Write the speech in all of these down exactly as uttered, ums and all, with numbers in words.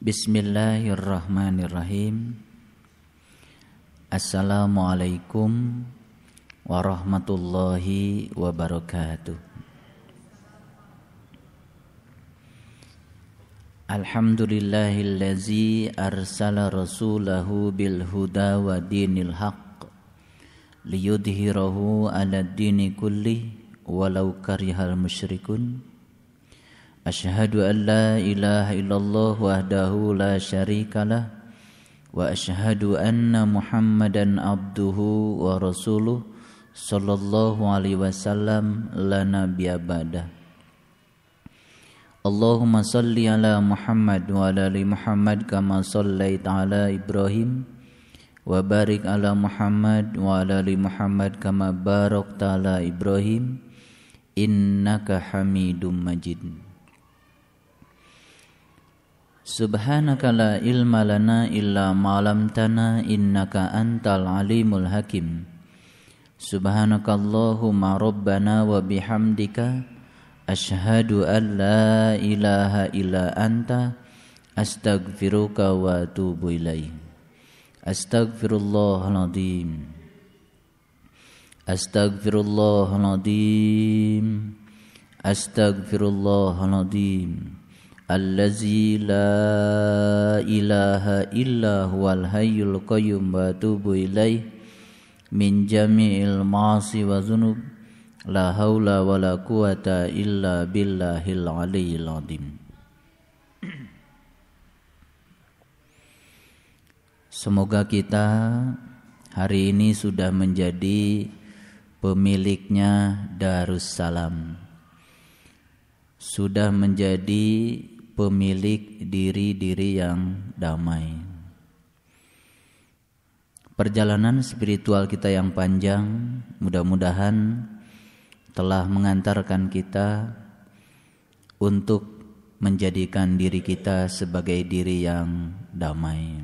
Bismillahirrahmanirrahim. Assalamualaikum warahmatullahi wabarakatuh. Alhamdulillahillazi arsala rasulahu bil huda wa dinil haqq liyudhhirahu 'alad dini kulli walau karihal musyrikun. Asyhadu an la ilaha illallah wahdahu la syarikalah wa asyhadu anna Muhammadan abduhu wa rasuluh sallallahu alaihi wasallam la nabiyya ba'dah. Allahumma salli ala Muhammad wa ala ali Muhammad kama shallaita ala Ibrahim wa barik ala Muhammad wa ala ali Muhammad kama barakta ala Ibrahim innaka Hamidum Majid. Subhanaka la ilma lana illa ma 'allamtana innaka antal alimul hakim. Subhanakallahumma rabbana wa bihamdika asyhadu an la ilaha illa anta astaghfiruka wa atubu ilaik. Astaghfirullahaladzim. Astaghfirullahaladzim. Astaghfirullahaladzim. Allazi la ilaha illa huwal hayyul qayyum wa atubu ilaih min jami'il ma'asi wa dzunub la haula wa la quwata illa billahil aliyyil azim. Semoga kita hari ini sudah menjadi pemiliknya Darussalam, sudah menjadi pemilik diri-diri yang damai. Perjalanan spiritual kita yang panjang mudah-mudahan telah mengantarkan kita untuk menjadikan diri kita sebagai diri yang damai.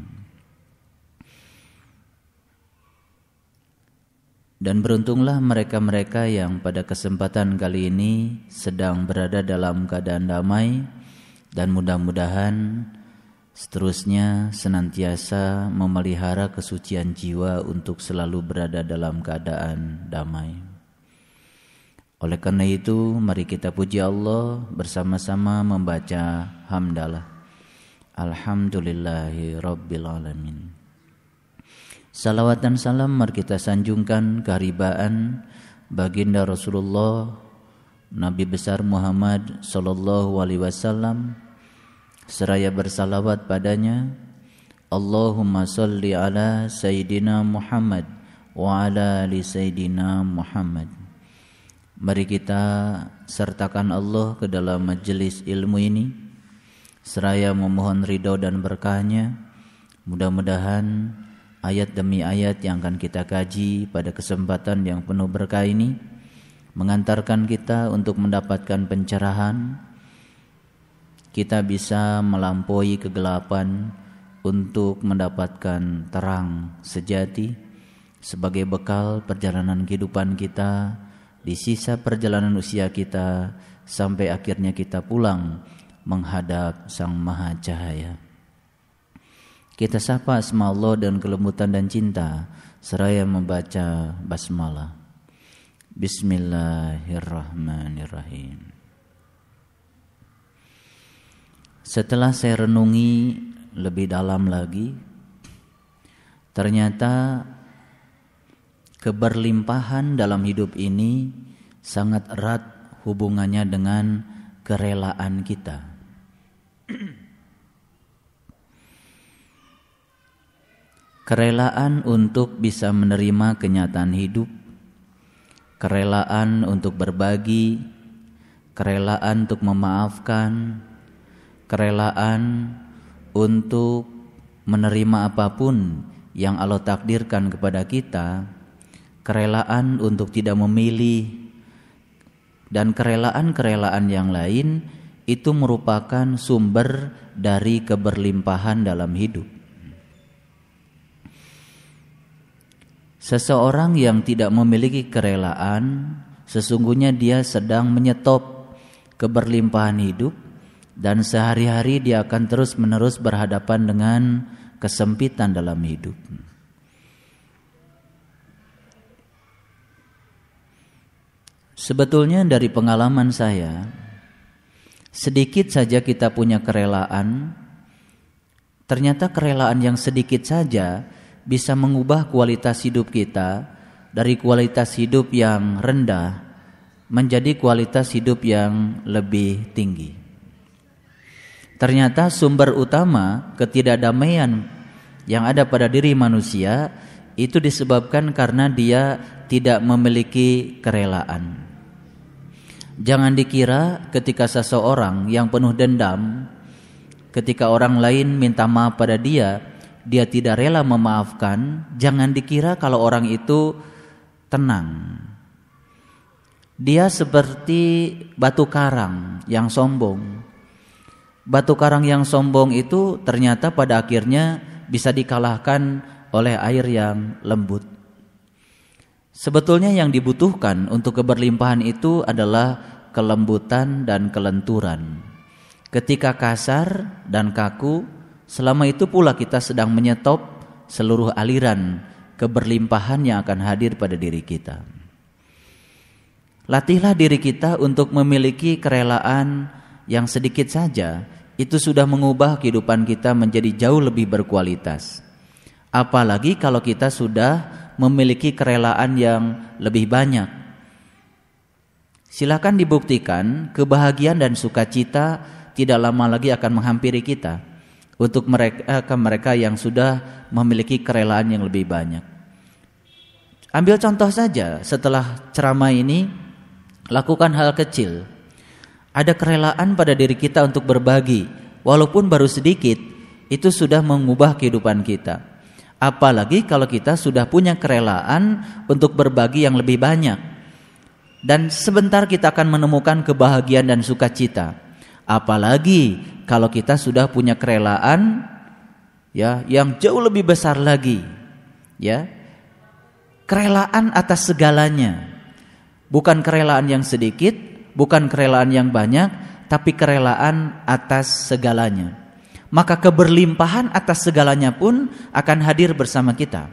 Dan beruntunglah mereka-mereka yang pada kesempatan kali ini sedang berada dalam keadaan damai, dan mudah-mudahan seterusnya senantiasa memelihara kesucian jiwa untuk selalu berada dalam keadaan damai. Oleh karena itu, mari kita puji Allah bersama-sama membaca hamdalah. Alhamdulillahi Rabbil Alamin. Salawat dan salam mari kita sanjungkan keharibaan baginda Rasulullah Nabi besar Muhammad sallallahu alaihi wasallam, seraya bersalawat padanya. Allahumma salli ala Sayyidina Muhammad wa ala ali Sayyidina Muhammad. Mari kita sertakan Allah ke dalam majelis ilmu ini, seraya memohon ridho dan berkahnya. Mudah-mudahan ayat demi ayat yang akan kita kaji pada kesempatan yang penuh berkah ini mengantarkan kita untuk mendapatkan pencerahan. Kita bisa melampaui kegelapan untuk mendapatkan terang sejati sebagai bekal perjalanan kehidupan kita di sisa perjalanan usia kita sampai akhirnya kita pulang menghadap Sang Maha Cahaya. Kita sapa asma Allah dan kelembutan dan cinta seraya membaca basmalah. Bismillahirrahmanirrahim. Setelah saya renungi lebih dalam lagi, ternyata keberlimpahan dalam hidup ini sangat erat hubungannya dengan kerelaan kita. Kerelaan untuk bisa menerima kenyataan hidup, kerelaan untuk berbagi, kerelaan untuk memaafkan, kerelaan untuk menerima apapun yang Allah takdirkan kepada kita, kerelaan untuk tidak memilih, dan kerelaan-kerelaan yang lain itu merupakan sumber dari keberlimpahan dalam hidup. Seseorang yang tidak memiliki kerelaan, sesungguhnya dia sedang menyetop keberlimpahan hidup dan sehari-hari dia akan terus-menerus berhadapan dengan kesempitan dalam hidup. Sebetulnya dari pengalaman saya, sedikit saja kita punya kerelaan, ternyata kerelaan yang sedikit saja bisa mengubah kualitas hidup kita dari kualitas hidup yang rendah menjadi kualitas hidup yang lebih tinggi. Ternyata sumber utama ketidakdamaian yang ada pada diri manusia itu disebabkan karena dia tidak memiliki kerelaan. Jangan dikira ketika seseorang yang penuh dendam, ketika orang lain minta maaf pada dia, dia tidak rela memaafkan. Jangan dikira kalau orang itu tenang. Dia seperti batu karang yang sombong. Batu karang yang sombong itu ternyata pada akhirnya bisa dikalahkan oleh air yang lembut. Sebetulnya yang dibutuhkan untuk keberlimpahan itu adalah kelembutan dan kelenturan. Ketika kasar dan kaku, selama itu pula kita sedang menyetop seluruh aliran keberlimpahan yang akan hadir pada diri kita. Latihlah diri kita untuk memiliki kerelaan yang sedikit saja, itu sudah mengubah kehidupan kita menjadi jauh lebih berkualitas. Apalagi kalau kita sudah memiliki kerelaan yang lebih banyak. Silakan dibuktikan kebahagiaan dan sukacita tidak lama lagi akan menghampiri kita untuk mereka mereka yang sudah memiliki kerelaan yang lebih banyak. Ambil contoh saja, setelah ceramah ini lakukan hal kecil. Ada kerelaan pada diri kita untuk berbagi, walaupun baru sedikit, itu sudah mengubah kehidupan kita. Apalagi kalau kita sudah punya kerelaan untuk berbagi yang lebih banyak. Dan sebentar kita akan menemukan kebahagiaan dan sukacita. Apalagi kalau kita sudah punya kerelaan ya yang jauh lebih besar lagi. Ya. Kerelaan atas segalanya. Bukan kerelaan yang sedikit, bukan kerelaan yang banyak, tapi kerelaan atas segalanya. Maka keberlimpahan atas segalanya pun akan hadir bersama kita.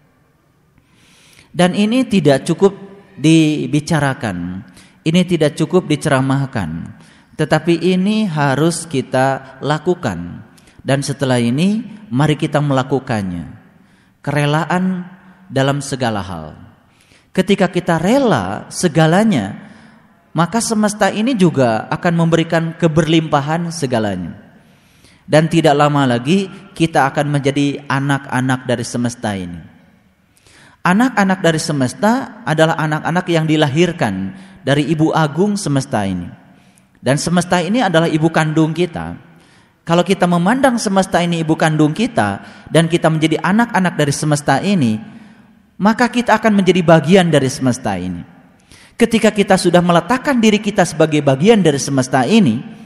Dan ini tidak cukup dibicarakan, ini tidak cukup diceramahkan, tetapi ini harus kita lakukan. Dan setelah ini mari kita melakukannya. Kerelaan dalam segala hal. Ketika kita rela segalanya, maka semesta ini juga akan memberikan keberlimpahan segalanya. Dan tidak lama lagi kita akan menjadi anak-anak dari semesta ini. Anak-anak dari semesta adalah anak-anak yang dilahirkan dari Ibu Agung semesta ini. Dan semesta ini adalah ibu kandung kita. Kalau kita memandang semesta ini ibu kandung kita dan kita menjadi anak-anak dari semesta ini, maka kita akan menjadi bagian dari semesta ini. Ketika kita sudah meletakkan diri kita sebagai bagian dari semesta ini,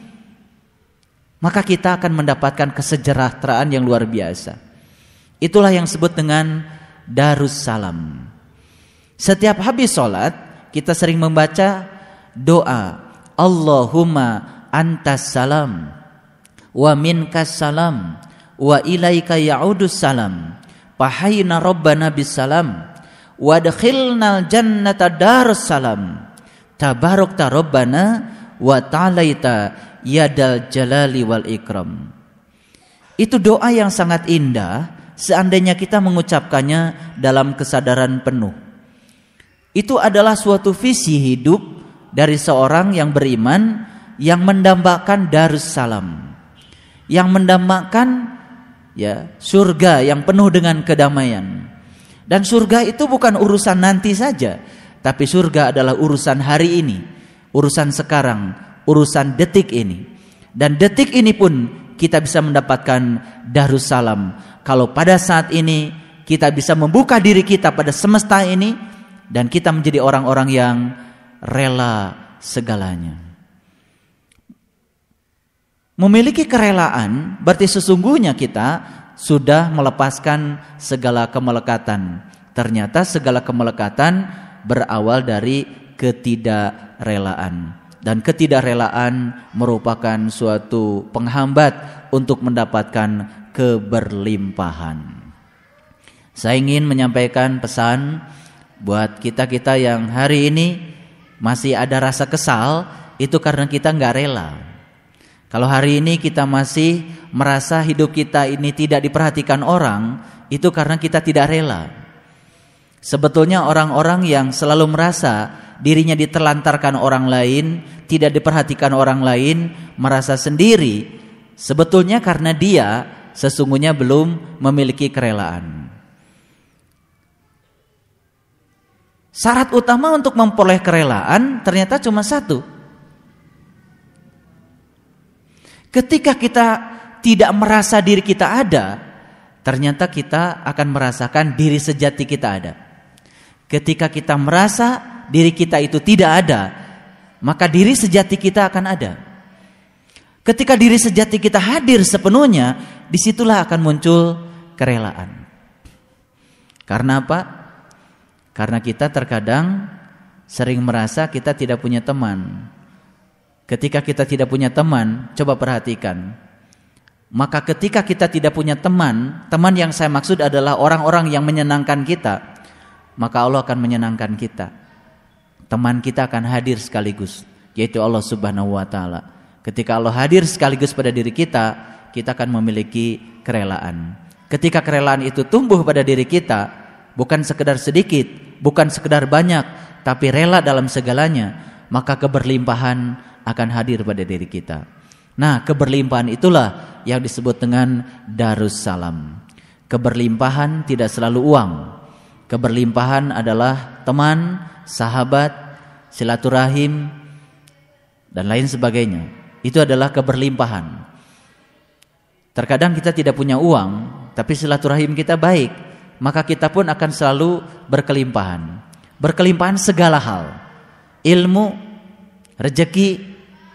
maka kita akan mendapatkan kesejahteraan yang luar biasa. Itulah yang disebut dengan Darussalam. Setiap habis sholat kita sering membaca doa Allahumma antas salam wa minkas salam wa ilaika ya'udus salam fahayna rabbana bis salam wa adkhilnal jannata darussalam tabarakta rabbana wa ta'alaita yadal jalali wal ikram. Itu doa yang sangat indah seandainya kita mengucapkannya dalam kesadaran penuh. Itu adalah suatu visi hidup dari seorang yang beriman yang mendambakan Darussalam, yang mendambakan ya surga yang penuh dengan kedamaian. Dan surga itu bukan urusan nanti saja, tapi surga adalah urusan hari ini, urusan sekarang, urusan detik ini. Dan detik ini pun kita bisa mendapatkan Darussalam kalau pada saat ini kita bisa membuka diri kita pada semesta ini dan kita menjadi orang-orang yang rela segalanya. Memiliki kerelaan berarti sesungguhnya kita sudah melepaskan segala kemelekatan. Ternyata segala kemelekatan berawal dari ketidakrelaan. dan ketidakrelaan merupakan suatu penghambat untuk mendapatkan keberlimpahan. Saya ingin menyampaikan pesan buat kita-kita yang hari ini masih ada rasa kesal, itu karena kita nggak rela. Kalau hari ini kita masih merasa hidup kita ini tidak diperhatikan orang, itu karena kita tidak rela. Sebetulnya orang-orang yang selalu merasa dirinya diterlantarkan orang lain, tidak diperhatikan orang lain, merasa sendiri, sebetulnya karena dia sesungguhnya belum memiliki kerelaan. Syarat utama untuk memperoleh kerelaan ternyata cuma satu. Ketika kita tidak merasa diri kita ada, ternyata kita akan merasakan diri sejati kita ada. Ketika kita merasa diri kita itu tidak ada, maka diri sejati kita akan ada. Ketika diri sejati kita hadir sepenuhnya, disitulah akan muncul kerelaan. Karena apa? Karena kita terkadang sering merasa kita tidak punya teman. Ketika kita tidak punya teman, coba perhatikan. Maka ketika kita tidak punya teman, teman yang saya maksud adalah orang-orang yang menyenangkan kita, maka Allah akan menyenangkan kita. Teman kita akan hadir sekaligus, yaitu Allah Subhanahu wa taala. Ketika Allah hadir sekaligus pada diri kita, kita akan memiliki kerelaan. Ketika kerelaan itu tumbuh pada diri kita, bukan sekedar sedikit, bukan sekedar banyak, tapi rela dalam segalanya, maka keberlimpahan akan hadir pada diri kita. Nah, keberlimpahan itulah yang disebut dengan Darussalam. Keberlimpahan tidak selalu uang. Keberlimpahan adalah teman, sahabat, silaturahim, dan lain sebagainya. Itu adalah keberlimpahan. Terkadang kita tidak punya uang, tapi silaturahim kita baik, maka kita pun akan selalu berkelimpahan. Berkelimpahan segala hal. Ilmu, rezeki,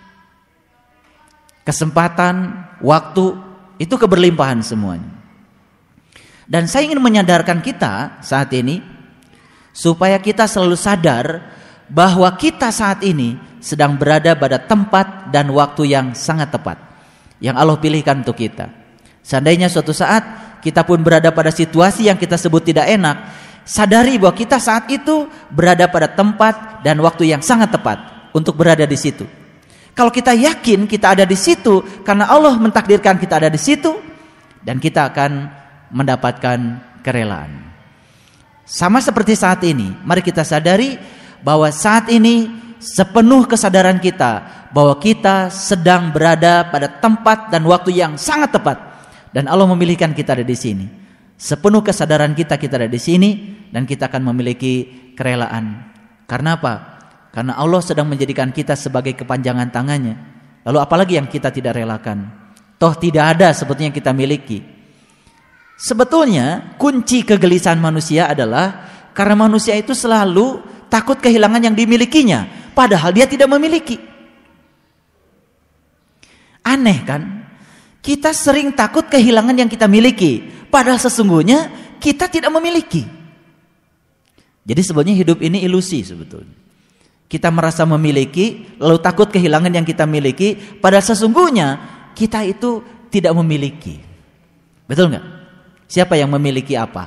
kesempatan, waktu, itu keberlimpahan semuanya. Dan saya ingin menyadarkan kita saat ini, supaya kita selalu sadar bahwa kita saat ini sedang berada pada tempat dan waktu yang sangat tepat, yang Allah pilihkan untuk kita. Seandainya suatu saat kita pun berada pada situasi yang kita sebut tidak enak, sadari bahwa kita saat itu berada pada tempat dan waktu yang sangat tepat untuk berada di situ. Kalau kita yakin kita ada di situ karena Allah mentakdirkan kita ada di situ, dan kita akan mendapatkan kerelaan. Sama seperti saat ini, mari kita sadari bahwa saat ini sepenuh kesadaran kita bahwa kita sedang berada pada tempat dan waktu yang sangat tepat, dan Allah memilihkan kita ada di sini. Sepenuh kesadaran kita kita ada di sini, dan kita akan memiliki kerelaan. Karena apa? Karena Allah sedang menjadikan kita sebagai kepanjangan tangannya. Lalu apalagi yang kita tidak relakan? Toh tidak ada sebetulnya yang kita miliki. Sebetulnya kunci kegelisahan manusia adalah karena manusia itu selalu takut kehilangan yang dimilikinya, padahal dia tidak memiliki. Aneh kan? Kita sering takut kehilangan yang kita miliki, padahal sesungguhnya kita tidak memiliki. Jadi sebetulnya hidup ini ilusi sebetulnya. Kita merasa memiliki, lalu takut kehilangan yang kita miliki, padahal sesungguhnya kita itu tidak memiliki. Betul nggak? Siapa yang memiliki apa?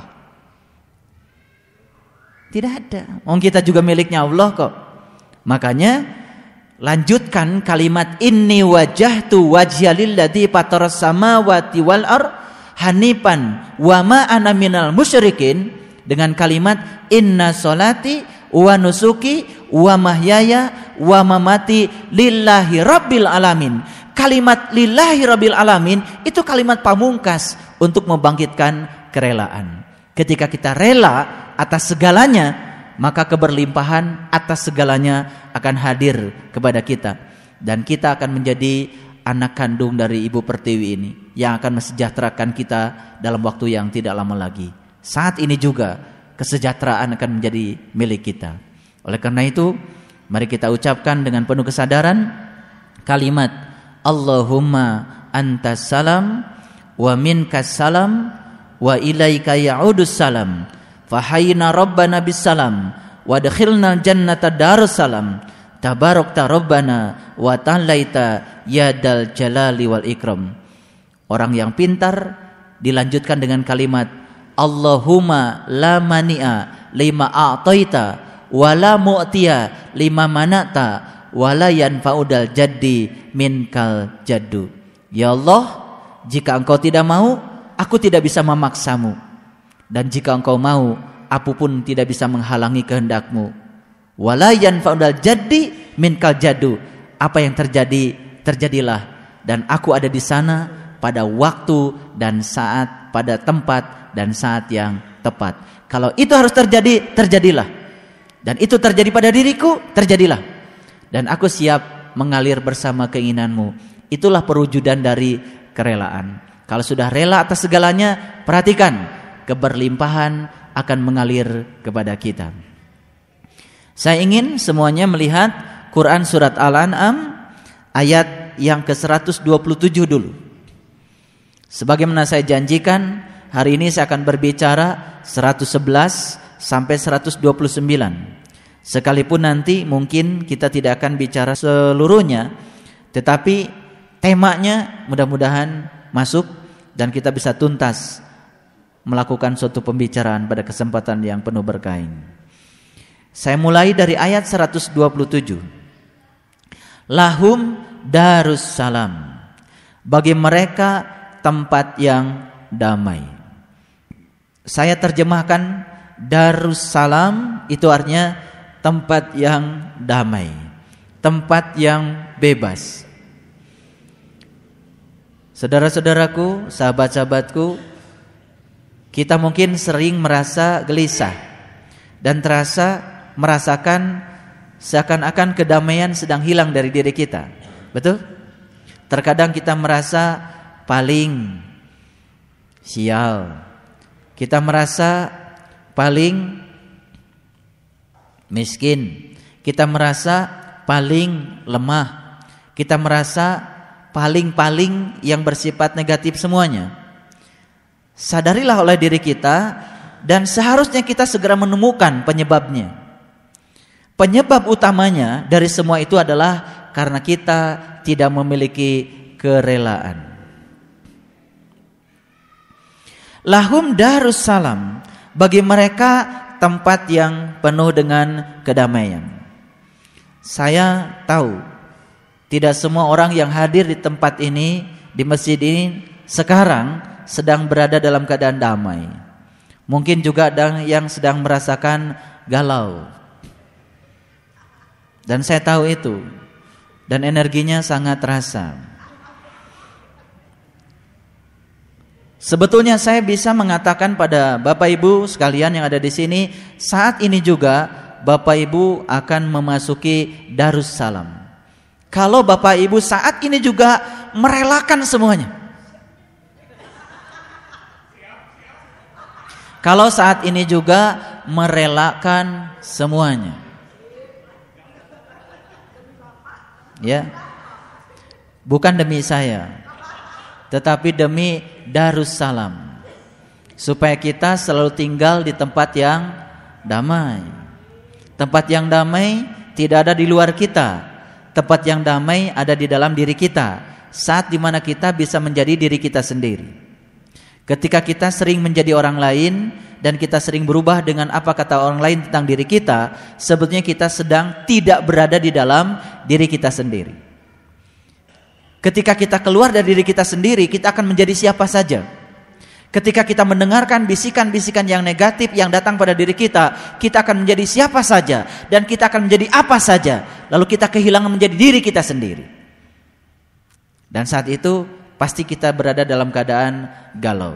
Tidak ada. Oh, kita juga miliknya Allah kok. Makanya lanjutkan kalimat inni wajjahtu wajhiya lilladzi fataras samawati wal ardh hanifan wa ma ana minal musyrikin dengan kalimat inna sholati wa nusuki wa mahyaya wa mamati lillahi rabbil alamin. Kalimat lillahi rabbil alamin itu kalimat pamungkas untuk membangkitkan kerelaan. Ketika kita rela atas segalanya, maka keberlimpahan atas segalanya akan hadir kepada kita, dan kita akan menjadi anak kandung dari Ibu Pertiwi ini yang akan mesejahterakan kita dalam waktu yang tidak lama lagi. Saat ini juga kesejahteraan akan menjadi milik kita. Oleh karena itu, mari kita ucapkan dengan penuh kesadaran kalimat Allahumma antas salam wa minkas salam wa ilaika ya'udus salam fahayna rabbana bis salam wa adkhilna jannata darussalam tabarakta rabbana wa ta'alaita ya dal jalali wal ikram. Orang yang pintar dilanjutkan dengan kalimat Allahumma la mani'a lima a'taita wa la mu'tiya lima mana'ta wa la yanfa'udal jaddi minkal jaddu. Ya Allah, jika engkau tidak mau, aku tidak bisa memaksamu, dan jika engkau mau, aku pun tidak bisa menghalangi kehendakmu. Wa la yanfa'udal jaddi minkal jaddu. Apa yang terjadi, terjadilah, dan aku ada di sana pada waktu dan saat, pada tempat dan saat yang tepat. Kalau itu harus terjadi, terjadilah. Dan itu terjadi pada diriku, terjadilah. Dan aku siap mengalir bersama keinginanmu. Itulah perwujudan dari kerelaan. Kalau sudah rela atas segalanya, perhatikan, keberlimpahan akan mengalir kepada kita. Saya ingin semuanya melihat Quran surat Al-An'am ayat yang ke seratus dua puluh tujuh dulu. Sebagaimana saya janjikan, hari ini saya akan berbicara seratus sebelas sampai seratus dua puluh sembilan. Sekalipun nanti mungkin kita tidak akan bicara seluruhnya, tetapi temanya mudah-mudahan masuk dan kita bisa tuntas melakukan suatu pembicaraan pada kesempatan yang penuh berkah ini. Saya mulai dari ayat seratus dua puluh tujuh. Lahum darus salam. Bagi mereka tempat yang damai. Saya terjemahkan darus salam itu artinya tempat yang damai, tempat yang bebas. Saudara-saudaraku, sahabat-sahabatku, kita mungkin sering merasa gelisah dan terasa merasakan seakan-akan kedamaian sedang hilang dari diri kita. Betul? Terkadang kita merasa paling sial. Kita merasa paling miskin. Kita merasa paling lemah. Kita merasa paling-paling yang bersifat negatif semuanya. Sadarilah oleh diri kita, dan seharusnya kita segera menemukan penyebabnya. Penyebab utamanya dari semua itu adalah karena kita tidak memiliki kerelaan. Lahum darus salam, bagi mereka tempat yang penuh dengan kedamaian. Saya tahu tidak semua orang yang hadir di tempat ini, di masjid ini sekarang sedang berada dalam keadaan damai. Mungkin juga ada yang sedang merasakan galau. Dan saya tahu itu, dan energinya sangat terasa. Sebetulnya saya bisa mengatakan pada Bapak Ibu sekalian yang ada di sini, saat ini juga Bapak Ibu akan memasuki Darussalam. Kalau Bapak Ibu saat ini juga merelakan semuanya. Kalau saat ini juga merelakan semuanya. Ya. Bukan demi saya, tetapi demi Darussalam, supaya kita selalu tinggal di tempat yang damai. Tempat yang damai tidak ada di luar kita. Tempat yang damai ada di dalam diri kita. Saat dimana kita bisa menjadi diri kita sendiri. Ketika kita sering menjadi orang lain dan kita sering berubah dengan apa kata orang lain tentang diri kita, sebetulnya kita sedang tidak berada di dalam diri kita sendiri. Ketika kita keluar dari diri kita sendiri, kita akan menjadi siapa saja. Ketika kita mendengarkan bisikan-bisikan yang negatif yang datang pada diri kita, kita akan menjadi siapa saja dan kita akan menjadi apa saja. Lalu kita kehilangan menjadi diri kita sendiri. Dan saat itu pasti kita berada dalam keadaan galau.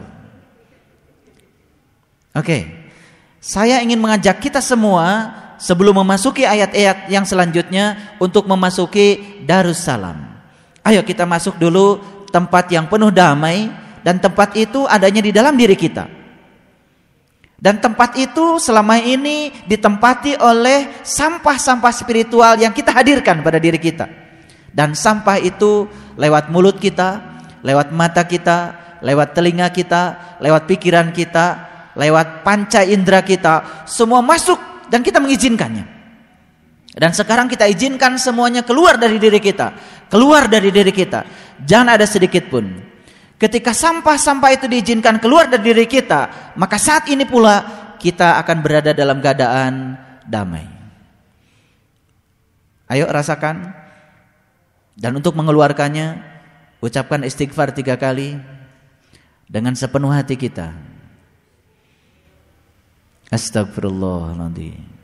Oke. Saya ingin mengajak kita semua sebelum memasuki ayat-ayat yang selanjutnya untuk memasuki Darussalam. Ayo kita masuk dulu tempat yang penuh damai, dan tempat itu adanya di dalam diri kita. Dan tempat itu selama ini ditempati oleh sampah-sampah spiritual yang kita hadirkan pada diri kita. Dan sampah itu lewat mulut kita, lewat mata kita, lewat telinga kita, lewat pikiran kita, lewat panca indera kita, semua masuk dan kita mengizinkannya. Dan sekarang kita izinkan semuanya keluar dari diri kita, keluar dari diri kita. Jangan ada sedikit pun. Ketika sampah-sampah itu diizinkan keluar dari diri kita, maka saat ini pula kita akan berada dalam keadaan damai. Ayo rasakan. Dan untuk mengeluarkannya, ucapkan istighfar tiga kali dengan sepenuh hati kita. Astagfirullahaladzim.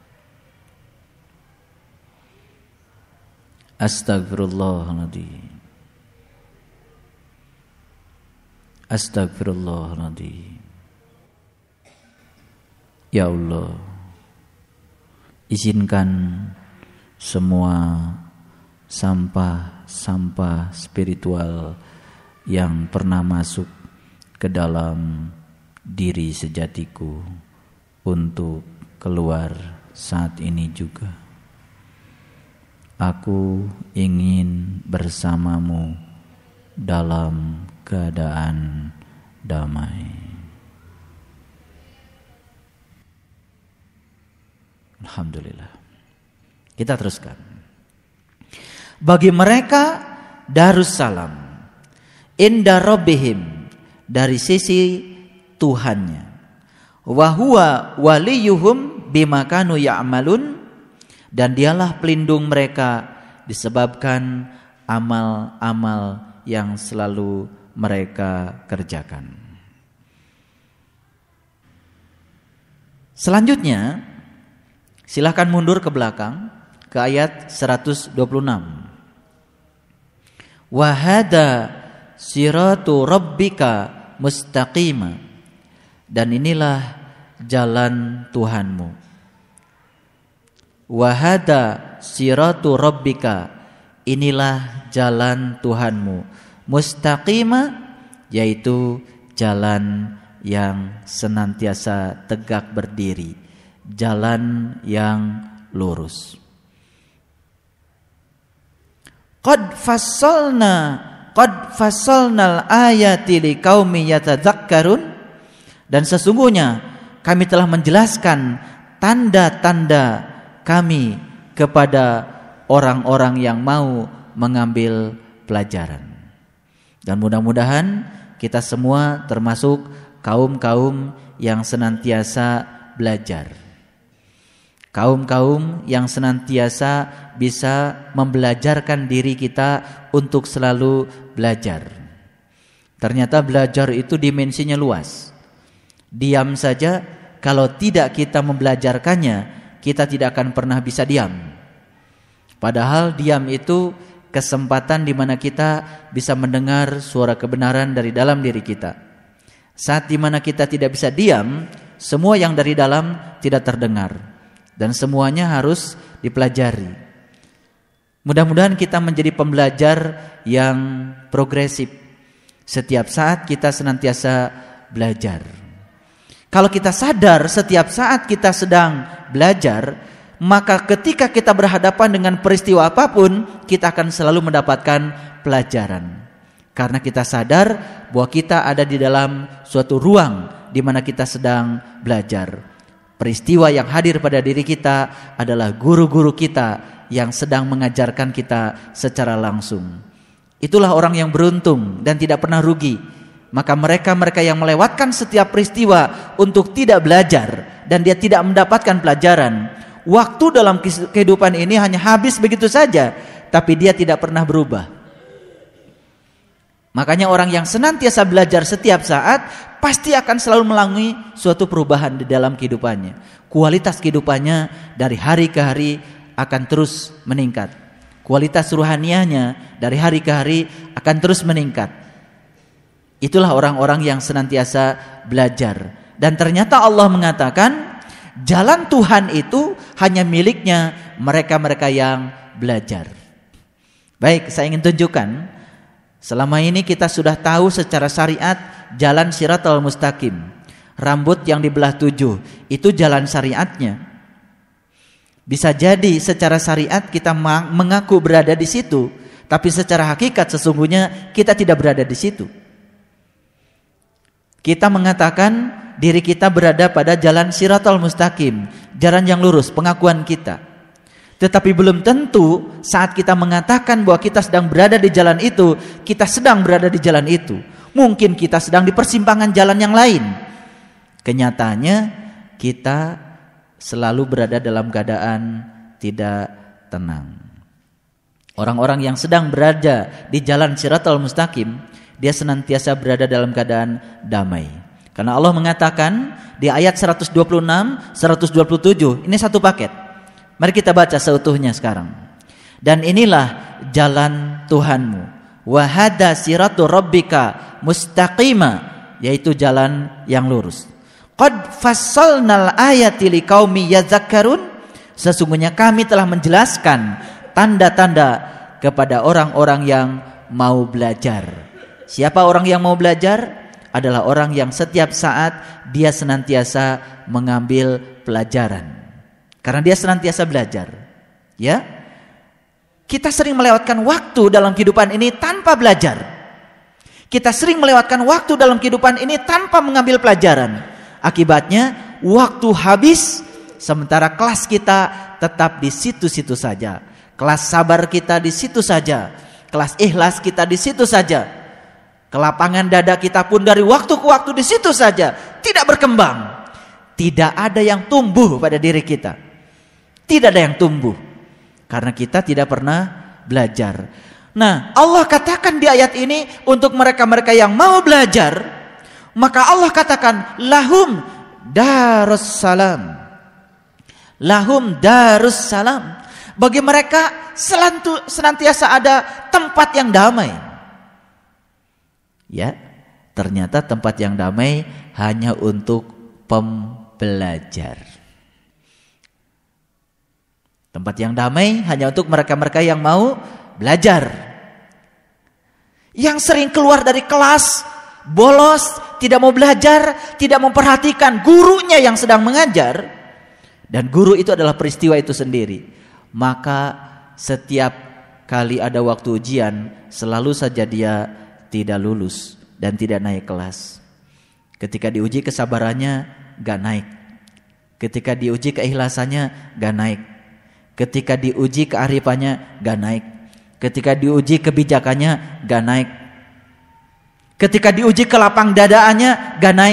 Astagfirullahaladzim. Astagfirullahaladzim. Ya Allah, izinkan semua sampah-sampah spiritual yang pernah masuk ke dalam diri sejatiku untuk keluar saat ini juga. Aku ingin bersamamu dalam keadaan damai. Alhamdulillah. Kita teruskan. Bagi mereka Darussalam inda rabbihim, dari sisi Tuhannya, wa huwa waliyuhum bima kanu ya'malun, dan dialah pelindung mereka disebabkan amal-amal yang selalu mereka kerjakan. Selanjutnya, silahkan mundur ke belakang ke ayat seratus dua puluh enam. Wa hada siratu rabbika mustaqima, dan inilah jalan Tuhanmu. Wa hada siratu rabbika, inilah jalan Tuhanmu. Mustaqima, yaitu jalan yang senantiasa tegak berdiri, jalan yang lurus. Qad fassalna qad fassalnal ayati liqaumi yatadzakkarun, dan sesungguhnya kami telah menjelaskan tanda-tanda kami kepada orang-orang yang mau mengambil pelajaran. Dan mudah-mudahan kita semua termasuk kaum-kaum yang senantiasa belajar, kaum-kaum yang senantiasa bisa membelajarkan diri kita untuk selalu belajar. Ternyata belajar itu dimensinya luas. Diam saja, kalau tidak kita membelajarkannya, kita tidak akan pernah bisa diam. Padahal diam itu kesempatan di mana kita bisa mendengar suara kebenaran dari dalam diri kita. Saat di mana kita tidak bisa diam, semua yang dari dalam tidak terdengar, dan semuanya harus dipelajari. Mudah-mudahan kita menjadi pembelajar yang progresif. Setiap saat kita senantiasa belajar. Kalau kita sadar setiap saat kita sedang belajar, maka ketika kita berhadapan dengan peristiwa apapun, kita akan selalu mendapatkan pelajaran. Karena kita sadar bahwa kita ada di dalam suatu ruang di mana kita sedang belajar. Peristiwa yang hadir pada diri kita adalah guru-guru kita yang sedang mengajarkan kita secara langsung. Itulah orang yang beruntung dan tidak pernah rugi. Maka mereka-mereka yang melewatkan setiap peristiwa untuk tidak belajar dan dia tidak mendapatkan pelajaran, waktu dalam kehidupan ini hanya habis begitu saja, tapi dia tidak pernah berubah. Makanya orang yang senantiasa belajar setiap saat pasti akan selalu melalui suatu perubahan di dalam kehidupannya. Kualitas kehidupannya dari hari ke hari akan terus meningkat. Kualitas ruhaniahnya dari hari ke hari akan terus meningkat. Itulah orang-orang yang senantiasa belajar. Dan ternyata Allah mengatakan jalan Tuhan itu hanya miliknya mereka-mereka yang belajar. Baik, saya ingin tunjukkan. Selama ini kita sudah tahu secara syariat jalan Shiratal Mustaqim. Rambut yang dibelah tujuh, itu jalan syariatnya. Bisa jadi secara syariat kita mengaku berada di situ, tapi secara hakikat sesungguhnya kita tidak berada di situ. Kita mengatakan diri kita berada pada jalan Shiratal Mustaqim, jalan yang lurus, pengakuan kita. Tetapi belum tentu saat kita mengatakan bahwa kita sedang berada di jalan itu, kita sedang berada di jalan itu. Mungkin kita sedang di persimpangan jalan yang lain. Kenyataannya kita selalu berada dalam keadaan tidak tenang. Orang-orang yang sedang berada di jalan Shiratal Mustaqim, dia senantiasa berada dalam keadaan damai. Karena Allah mengatakan di ayat seratus dua puluh enam, seratus dua puluh tujuh, ini satu paket. Mari kita baca seutuhnya sekarang. Dan inilah jalan Tuhanmu, wa hadza siratu rabbika mustaqima, yaitu jalan yang lurus. Qad fassalnal ayati liqaumi yadzakkarun, sesungguhnya kami telah menjelaskan tanda-tanda kepada orang-orang yang mau belajar. Siapa orang yang mau belajar? Adalah orang yang setiap saat dia senantiasa mengambil pelajaran. Karena dia senantiasa belajar. Ya. Kita sering melewatkan waktu dalam kehidupan ini tanpa belajar. Kita sering melewatkan waktu dalam kehidupan ini tanpa mengambil pelajaran. Akibatnya waktu habis, sementara kelas kita tetap di situ-situ saja. Kelas sabar kita di situ saja. Kelas ikhlas kita di situ saja. Kelapangan dada kita pun dari waktu ke waktu di situ saja. Tidak berkembang. Tidak ada yang tumbuh pada diri kita. Tidak ada yang tumbuh. Karena kita tidak pernah belajar. Nah, Allah katakan di ayat ini untuk mereka-mereka yang mau belajar, maka Allah katakan lahum darussalam. Lahum darussalam. Bagi mereka selantu, senantiasa ada tempat yang damai. Ya, ternyata tempat yang damai hanya untuk pembelajar. Tempat yang damai hanya untuk mereka-mereka yang mau belajar. Yang sering keluar dari kelas, bolos, tidak mau belajar, tidak memperhatikan gurunya yang sedang mengajar. Dan guru itu adalah peristiwa itu sendiri. Maka setiap kali ada waktu ujian, selalu saja dia tidak lulus dan tidak naik kelas. Ketika diuji kesabarannya, gak naik. Ketika diuji keikhlasannya, gak naik. Ketika diuji kearifannya, gak naik. Ketika diuji kebijakannya, gak naik. Ketika diuji kelapang dadaannya, gak naik.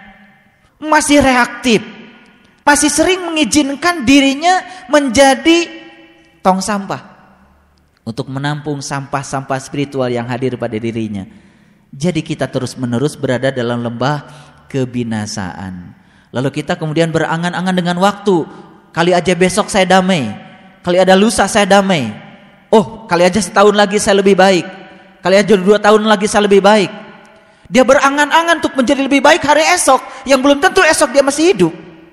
Masih reaktif. Masih sering mengizinkan dirinya menjadi tong sampah untuk menampung sampah-sampah spiritual yang hadir pada dirinya. Jadi kita terus-menerus berada dalam lembah kebinasaan. Lalu kita kemudian berangan-angan dengan waktu. Kali aja besok saya damai. Kali ada lusa saya damai. Oh, kali aja setahun lagi saya lebih baik. Kali aja dua tahun lagi saya lebih baik. Dia berangan-angan untuk menjadi lebih baik hari esok, yang belum tentu esok dia masih hidup.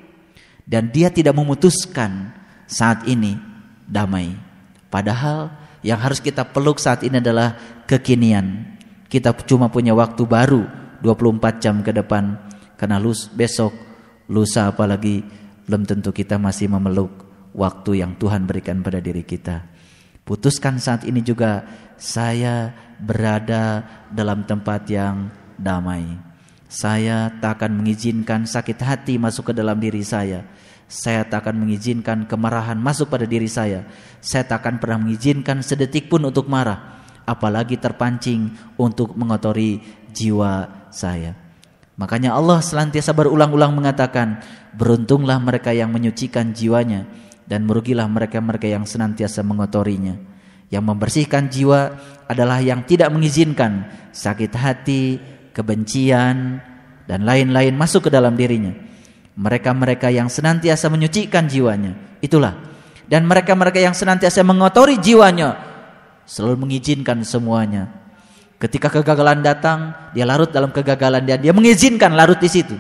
Dan dia tidak memutuskan saat ini damai. Padahal yang harus kita peluk saat ini adalah kekinian. Kita cuma punya waktu baru dua puluh empat jam ke depan. Karena lus, besok, lusa apalagi, belum tentu kita masih memeluk waktu yang Tuhan berikan pada diri kita. Putuskan saat ini juga, saya berada dalam tempat yang damai. Saya tak akan mengizinkan sakit hati masuk ke dalam diri saya. Saya tak akan mengizinkan kemarahan masuk pada diri saya. Saya tak akan pernah mengizinkan sedetik pun untuk marah, apalagi terpancing untuk mengotori jiwa saya. Makanya Allah senantiasa berulang-ulang mengatakan, beruntunglah mereka yang menyucikan jiwanya, dan merugilah mereka-mereka yang senantiasa mengotorinya. Yang membersihkan jiwa adalah yang tidak mengizinkan sakit hati, kebencian, dan lain-lain masuk ke dalam dirinya. Mereka-mereka yang senantiasa menyucikan jiwanya, itulah. Dan mereka-mereka yang senantiasa mengotori jiwanya, selalu mengizinkan semuanya. Ketika kegagalan datang, dia larut dalam kegagalan, dan dia mengizinkan larut di situ.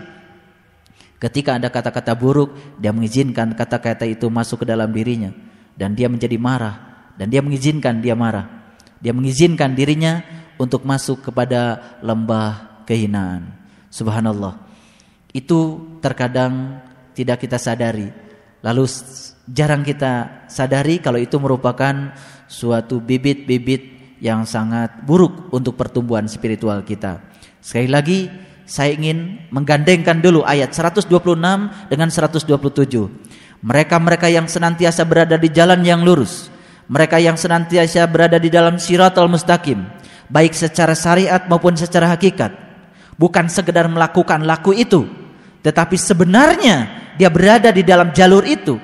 Ketika ada kata-kata buruk, dia mengizinkan kata-kata itu masuk ke dalam dirinya, dan dia menjadi marah, dan dia mengizinkan dia marah. Dia mengizinkan dirinya untuk masuk kepada lembah kehinaan. Subhanallah. Itu terkadang tidak kita sadari. Lalu jarang kita sadari kalau itu merupakan suatu bibit-bibit yang sangat buruk untuk pertumbuhan spiritual kita. Sekali lagi, saya ingin menggandengkan dulu ayat seratus dua puluh enam dengan seratus dua puluh tujuh. Mereka-mereka yang senantiasa berada di jalan yang lurus, mereka yang senantiasa berada di dalam Shiratal Mustaqim, baik secara syariat maupun secara hakikat. Bukan sekedar melakukan laku itu, tetapi sebenarnya dia berada di dalam jalur itu.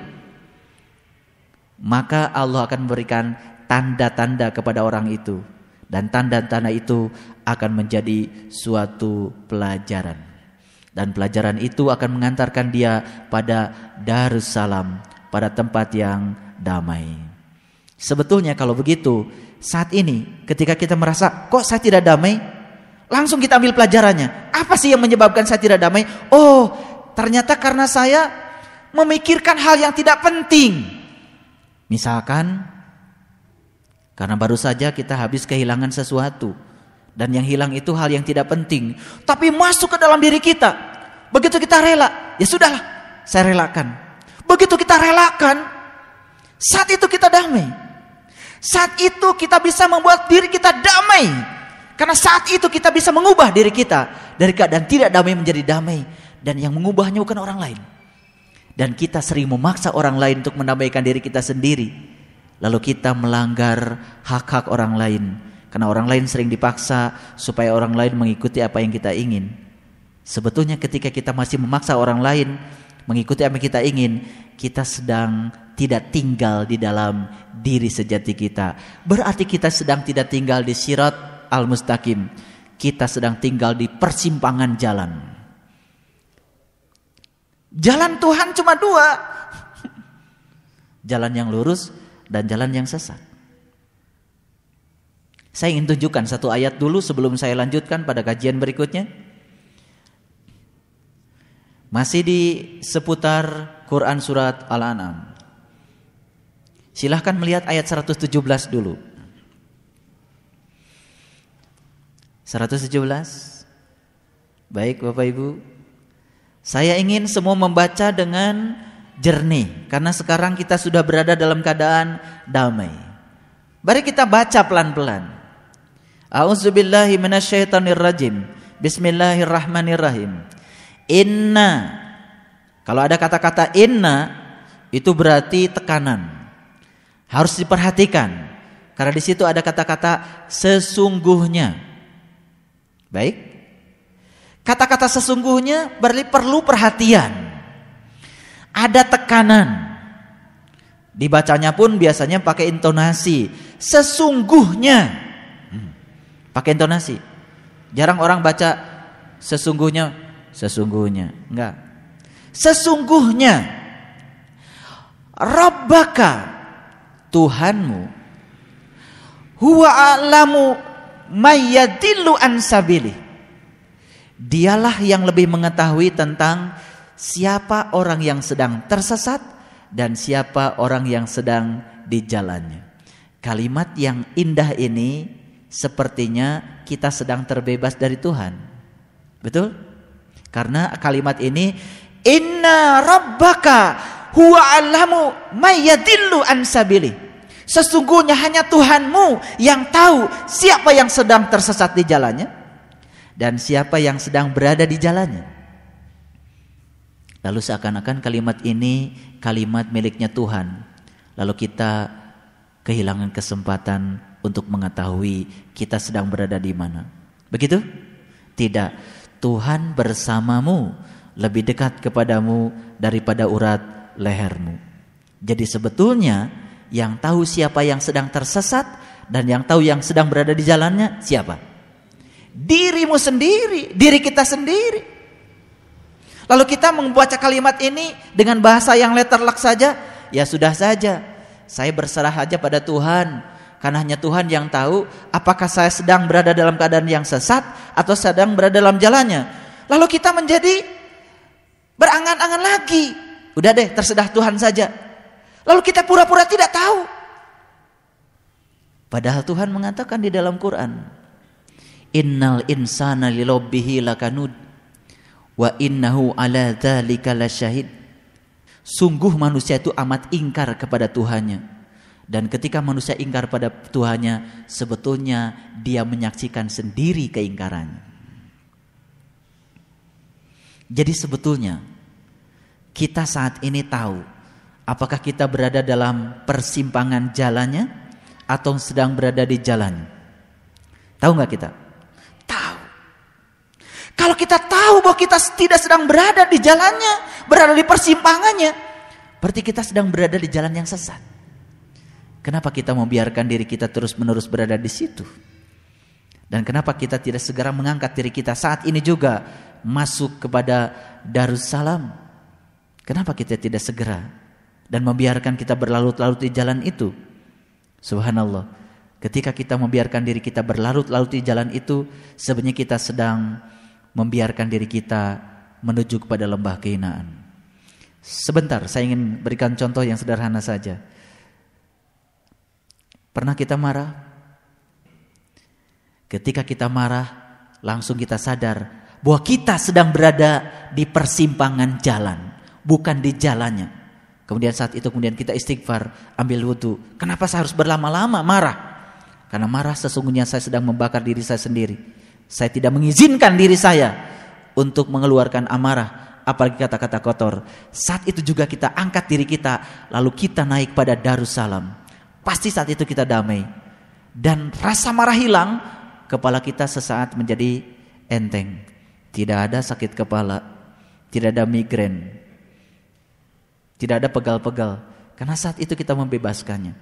Maka Allah akan memberikan tanda-tanda kepada orang itu, dan tanda-tanda itu akan menjadi suatu pelajaran. Dan pelajaran itu akan mengantarkan dia pada Darussalam, pada tempat yang damai. Sebetulnya kalau begitu, saat ini ketika kita merasa kok saya tidak damai, langsung kita ambil pelajarannya. Apa sih yang menyebabkan saya tidak damai? Oh, ternyata karena saya memikirkan hal yang tidak penting. Misalkan karena baru saja kita habis kehilangan sesuatu, dan yang hilang itu hal yang tidak penting, tapi masuk ke dalam diri kita. Begitu kita rela, ya sudahlah, saya relakan. Begitu kita relakan, saat itu kita damai. Saat itu kita bisa membuat diri kita damai. Karena saat itu kita bisa mengubah diri kita dari keadaan tidak damai menjadi damai. Dan yang mengubahnya bukan orang lain. Dan kita sering memaksa orang lain untuk mendamaikan diri kita sendiri. Lalu kita melanggar hak-hak orang lain. Karena orang lain sering dipaksa supaya orang lain mengikuti apa yang kita ingin. Sebetulnya ketika kita masih memaksa orang lain mengikuti apa yang kita ingin, kita sedang tidak tinggal di dalam diri sejati kita. Berarti kita sedang tidak tinggal di Shirat Al-Mustaqim. Kita sedang tinggal di persimpangan jalan. Jalan Tuhan cuma dua. Jalan yang lurus dan jalan yang sesat. Saya ingin tunjukkan satu ayat dulu sebelum saya lanjutkan pada kajian berikutnya. Masih di seputar Quran surat Al-An'am. Silahkan melihat ayat seratus tujuh belas dulu. seratus tujuh belas. Baik Bapak Ibu. Saya ingin semua membaca dengan jernih, karena sekarang kita sudah berada dalam keadaan damai. Mari kita baca pelan-pelan. A'udzubillahi minasyaitonirrajim. Bismillahirrahmanirrahim. Inna. Kalau ada kata-kata inna, itu berarti tekanan. Harus diperhatikan. Karena di situ ada kata-kata sesungguhnya. Baik. Kata-kata sesungguhnya berarti perlu perhatian. Ada tekanan. Dibacanya pun biasanya pakai intonasi. Sesungguhnya. Pakai intonasi. Jarang orang baca sesungguhnya, sesungguhnya. Enggak. Sesungguhnya Rabbaka, Tuhanmu, huwa a'lamu mayyadillu an sabilih. Dialah yang lebih mengetahui tentang siapa orang yang sedang tersesat dan siapa orang yang sedang di jalannya. Kalimat yang indah ini sepertinya kita sedang terbebas dari Tuhan. Betul? Karena kalimat ini, inna rabbaka huwa alamu mayyadillu an sabilih. Sesungguhnya hanya Tuhanmu yang tahu siapa yang sedang tersesat di jalannya dan siapa yang sedang berada di jalannya. Lalu seakan-akan kalimat ini kalimat miliknya Tuhan. Lalu kita kehilangan kesempatan untuk mengetahui kita sedang berada di mana. Begitu? Tidak. Tuhan bersamamu, lebih dekat kepadamu daripada urat lehermu. Jadi sebetulnya yang tahu siapa yang sedang tersesat dan yang tahu yang sedang berada di jalannya siapa? Dirimu sendiri, diri kita sendiri. Lalu kita membaca kalimat ini dengan bahasa yang letterlock saja, ya sudah saja. Saya berserah saja pada Tuhan. Karena hanya Tuhan yang tahu apakah saya sedang berada dalam keadaan yang sesat atau sedang berada dalam jalannya. Lalu kita menjadi berangan-angan lagi. Udah deh, terserah Tuhan saja. Lalu kita pura-pura tidak tahu. Padahal Tuhan mengatakan di dalam Quran, innal insana lirabbihi lakanud wa innahu ala dzalika lasyahid. Sungguh manusia itu amat ingkar kepada Tuhannya. Dan ketika manusia ingkar pada Tuhannya, sebetulnya dia menyaksikan sendiri keingkarannya. Jadi sebetulnya kita saat ini tahu Apakah kita berada dalam persimpangan jalannya atau sedang berada di jalannya? Tahu nggak kita? Tahu. Kalau kita tahu bahwa kita tidak sedang berada di jalannya, berada di persimpangannya, berarti kita sedang berada di jalan yang sesat. Kenapa kita membiarkan diri kita terus-menerus berada di situ? Dan kenapa kita tidak segera mengangkat diri kita saat ini juga masuk kepada Darussalam? Kenapa kita tidak segera dan membiarkan kita berlarut-larut di jalan itu? Subhanallah, ketika kita membiarkan diri kita berlarut-larut di jalan itu, sebenarnya kita sedang membiarkan diri kita menuju kepada lembah kehinaan. Sebentar, saya ingin berikan contoh yang sederhana saja. Pernah kita marah? Ketika kita marah, langsung kita sadar bahwa kita sedang berada di persimpangan jalan, bukan di jalannya. Kemudian saat itu kemudian kita istighfar, ambil wudu. Kenapa saya harus berlama-lama marah? Karena marah sesungguhnya saya sedang membakar diri saya sendiri. Saya tidak mengizinkan diri saya untuk mengeluarkan amarah, apalagi kata-kata kotor. Saat itu juga kita angkat diri kita, lalu kita naik pada Darussalam. Pasti saat itu kita damai. Dan rasa marah hilang, kepala kita sesaat menjadi enteng. Tidak ada sakit kepala, tidak ada migrain, tidak ada pegal-pegal. Karena saat itu kita membebaskannya.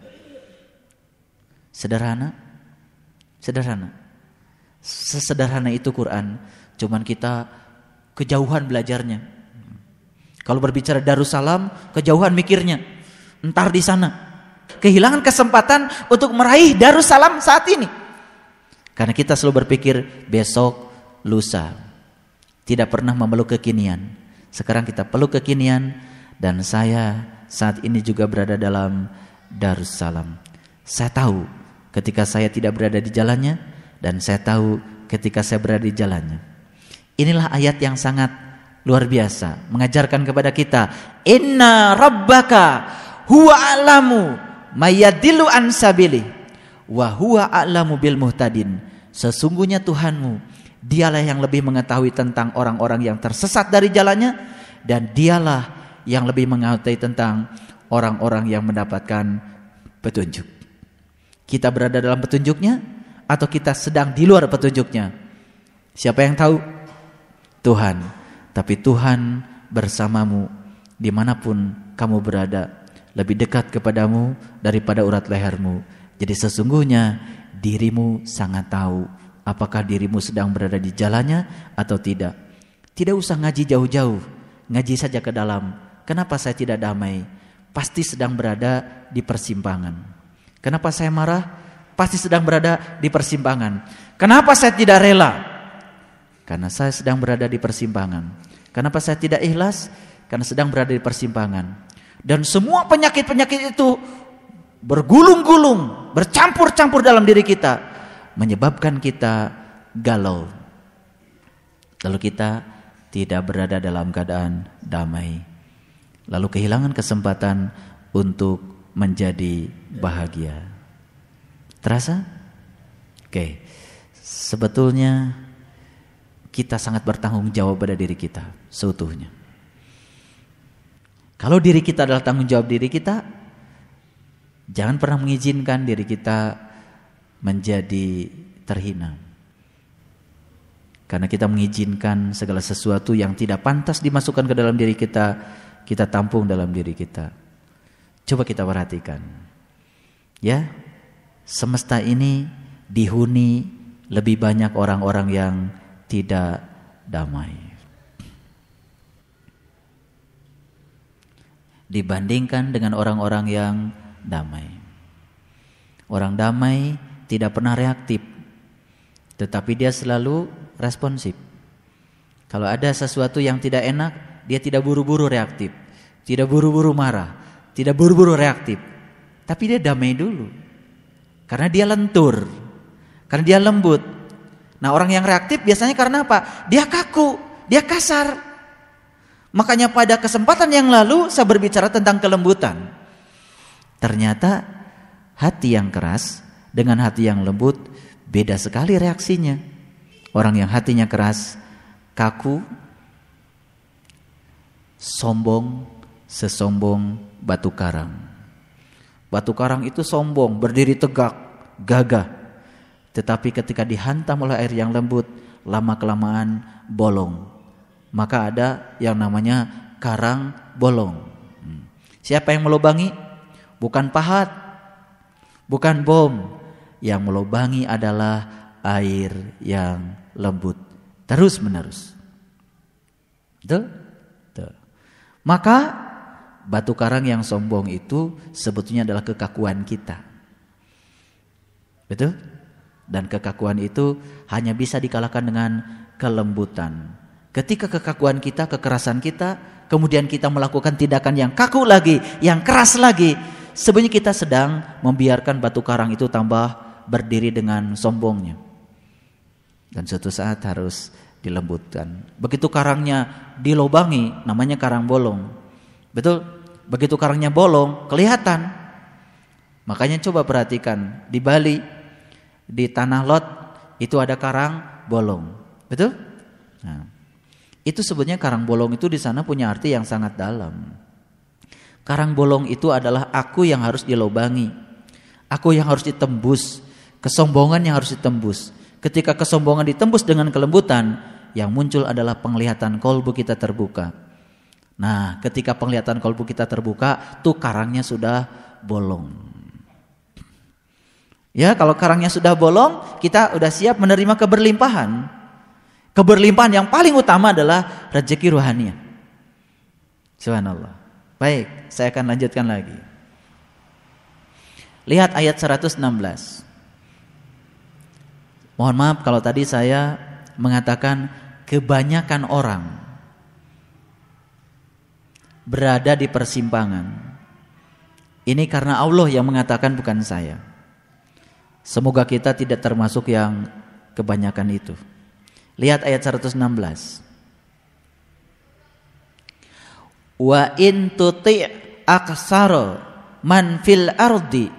Sederhana, sederhana. Sesederhana itu Quran. Cuman kita kejauhan belajarnya. Kalau berbicara Darussalam, kejauhan mikirnya. Entar di sana. Kehilangan kesempatan untuk meraih Darussalam saat ini. Karena kita selalu berpikir besok, lusa. Tidak pernah memeluk kekinian. Sekarang kita peluk kekinian. Dan saya saat ini juga berada dalam Darussalam. Saya tahu ketika saya tidak berada di jalannya. Dan saya tahu ketika saya berada di jalannya. Inilah ayat yang sangat luar biasa. Mengajarkan kepada kita. Inna rabbaka huwa a'lamu mayadillu an sabilih. Wa huwa a'lamu bil muhtadin. Sesungguhnya Tuhanmu, dialah yang lebih mengetahui tentang orang-orang yang tersesat dari jalannya, dan dialah yang lebih mengetahui tentang orang-orang yang mendapatkan petunjuk. Kita berada dalam petunjuknya atau kita sedang di luar petunjuknya? Siapa yang tahu? Tuhan. Tapi Tuhan bersamamu dimanapun kamu berada, lebih dekat kepadamu daripada urat lehermu. Jadi sesungguhnya dirimu sangat tahu apakah dirimu sedang berada di jalannya atau tidak. Tidak usah ngaji jauh-jauh, ngaji saja ke dalam. Kenapa saya tidak damai? Pasti sedang berada di persimpangan. Kenapa saya marah? Pasti sedang berada di persimpangan. Kenapa saya tidak rela? Karena saya sedang berada di persimpangan. Kenapa saya tidak ikhlas? Karena sedang berada di persimpangan. Dan semua penyakit-penyakit itu bergulung-gulung, bercampur-campur dalam diri kita, menyebabkan kita galau. Lalu kita tidak berada dalam keadaan damai. Lalu kehilangan kesempatan untuk menjadi bahagia. Terasa? Oke. Sebetulnya kita sangat bertanggung jawab pada diri kita seutuhnya. Kalau diri kita adalah tanggung jawab diri kita, jangan pernah mengizinkan diri kita menjadi terhina. Karena kita mengizinkan segala sesuatu yang tidak pantas dimasukkan ke dalam diri kita, kita tampung dalam diri kita. Coba kita perhatikan. Ya, semesta ini dihuni lebih banyak orang-orang yang tidak damai dibandingkan dengan orang-orang yang damai. Orang damai tidak pernah reaktif, tetapi dia selalu responsif. Kalau ada sesuatu yang tidak enak, dia tidak buru-buru reaktif, tidak buru-buru marah, tidak buru-buru reaktif, tapi dia damai dulu. Karena dia lentur, karena dia lembut. Nah, orang yang reaktif biasanya karena apa? Dia kaku, dia kasar. Makanya pada kesempatan yang lalu saya berbicara tentang kelembutan. Ternyata hati yang keras dengan hati yang lembut beda sekali reaksinya. Orang yang hatinya keras, kaku, sombong, sesombong batu karang. Batu karang itu sombong, berdiri tegak, gagah. Tetapi ketika dihantam oleh air yang lembut, lama-kelamaan bolong. Maka ada yang namanya karang bolong. Siapa yang melubangi? Bukan pahat, bukan bom. Yang melubangi adalah air yang lembut terus menerus. Betul? Betul. Maka batu karang yang sombong itu sebetulnya adalah kekakuan kita. Betul? Dan kekakuan itu hanya bisa dikalahkan dengan kelembutan. Ketika kekakuan kita, kekerasan kita, kemudian kita melakukan tindakan yang kaku lagi, yang keras lagi, sebenarnya kita sedang membiarkan batu karang itu tambah berdiri dengan sombongnya. Dan suatu saat harus dilembutkan. Begitu karangnya dilobangi, namanya karang bolong. Betul? Begitu karangnya bolong, kelihatan. Makanya coba perhatikan, di Bali, di Tanah Lot, itu ada karang bolong. Betul? Nah, itu sebenarnya karang bolong itu di sana punya arti yang sangat dalam. Karang bolong itu adalah aku yang harus dilobangi, aku yang harus ditembus, kesombongan yang harus ditembus. Ketika kesombongan ditembus dengan kelembutan, yang muncul adalah penglihatan kolbu kita terbuka. Nah, ketika penglihatan kolbu kita terbuka, tuh karangnya sudah bolong. Ya, kalau karangnya sudah bolong, kita udah siap menerima keberlimpahan. Keberlimpahan yang paling utama adalah rezeki rohani. Subhanallah. Baik, saya akan lanjutkan lagi. Lihat ayat seratus enam belas. Mohon maaf kalau tadi saya mengatakan kebanyakan orang berada di persimpangan. Ini karena Allah yang mengatakan, bukan saya. Semoga kita tidak termasuk yang kebanyakan itu. Lihat ayat seratus enam belas. Wa in tuti' aksara man fil ardi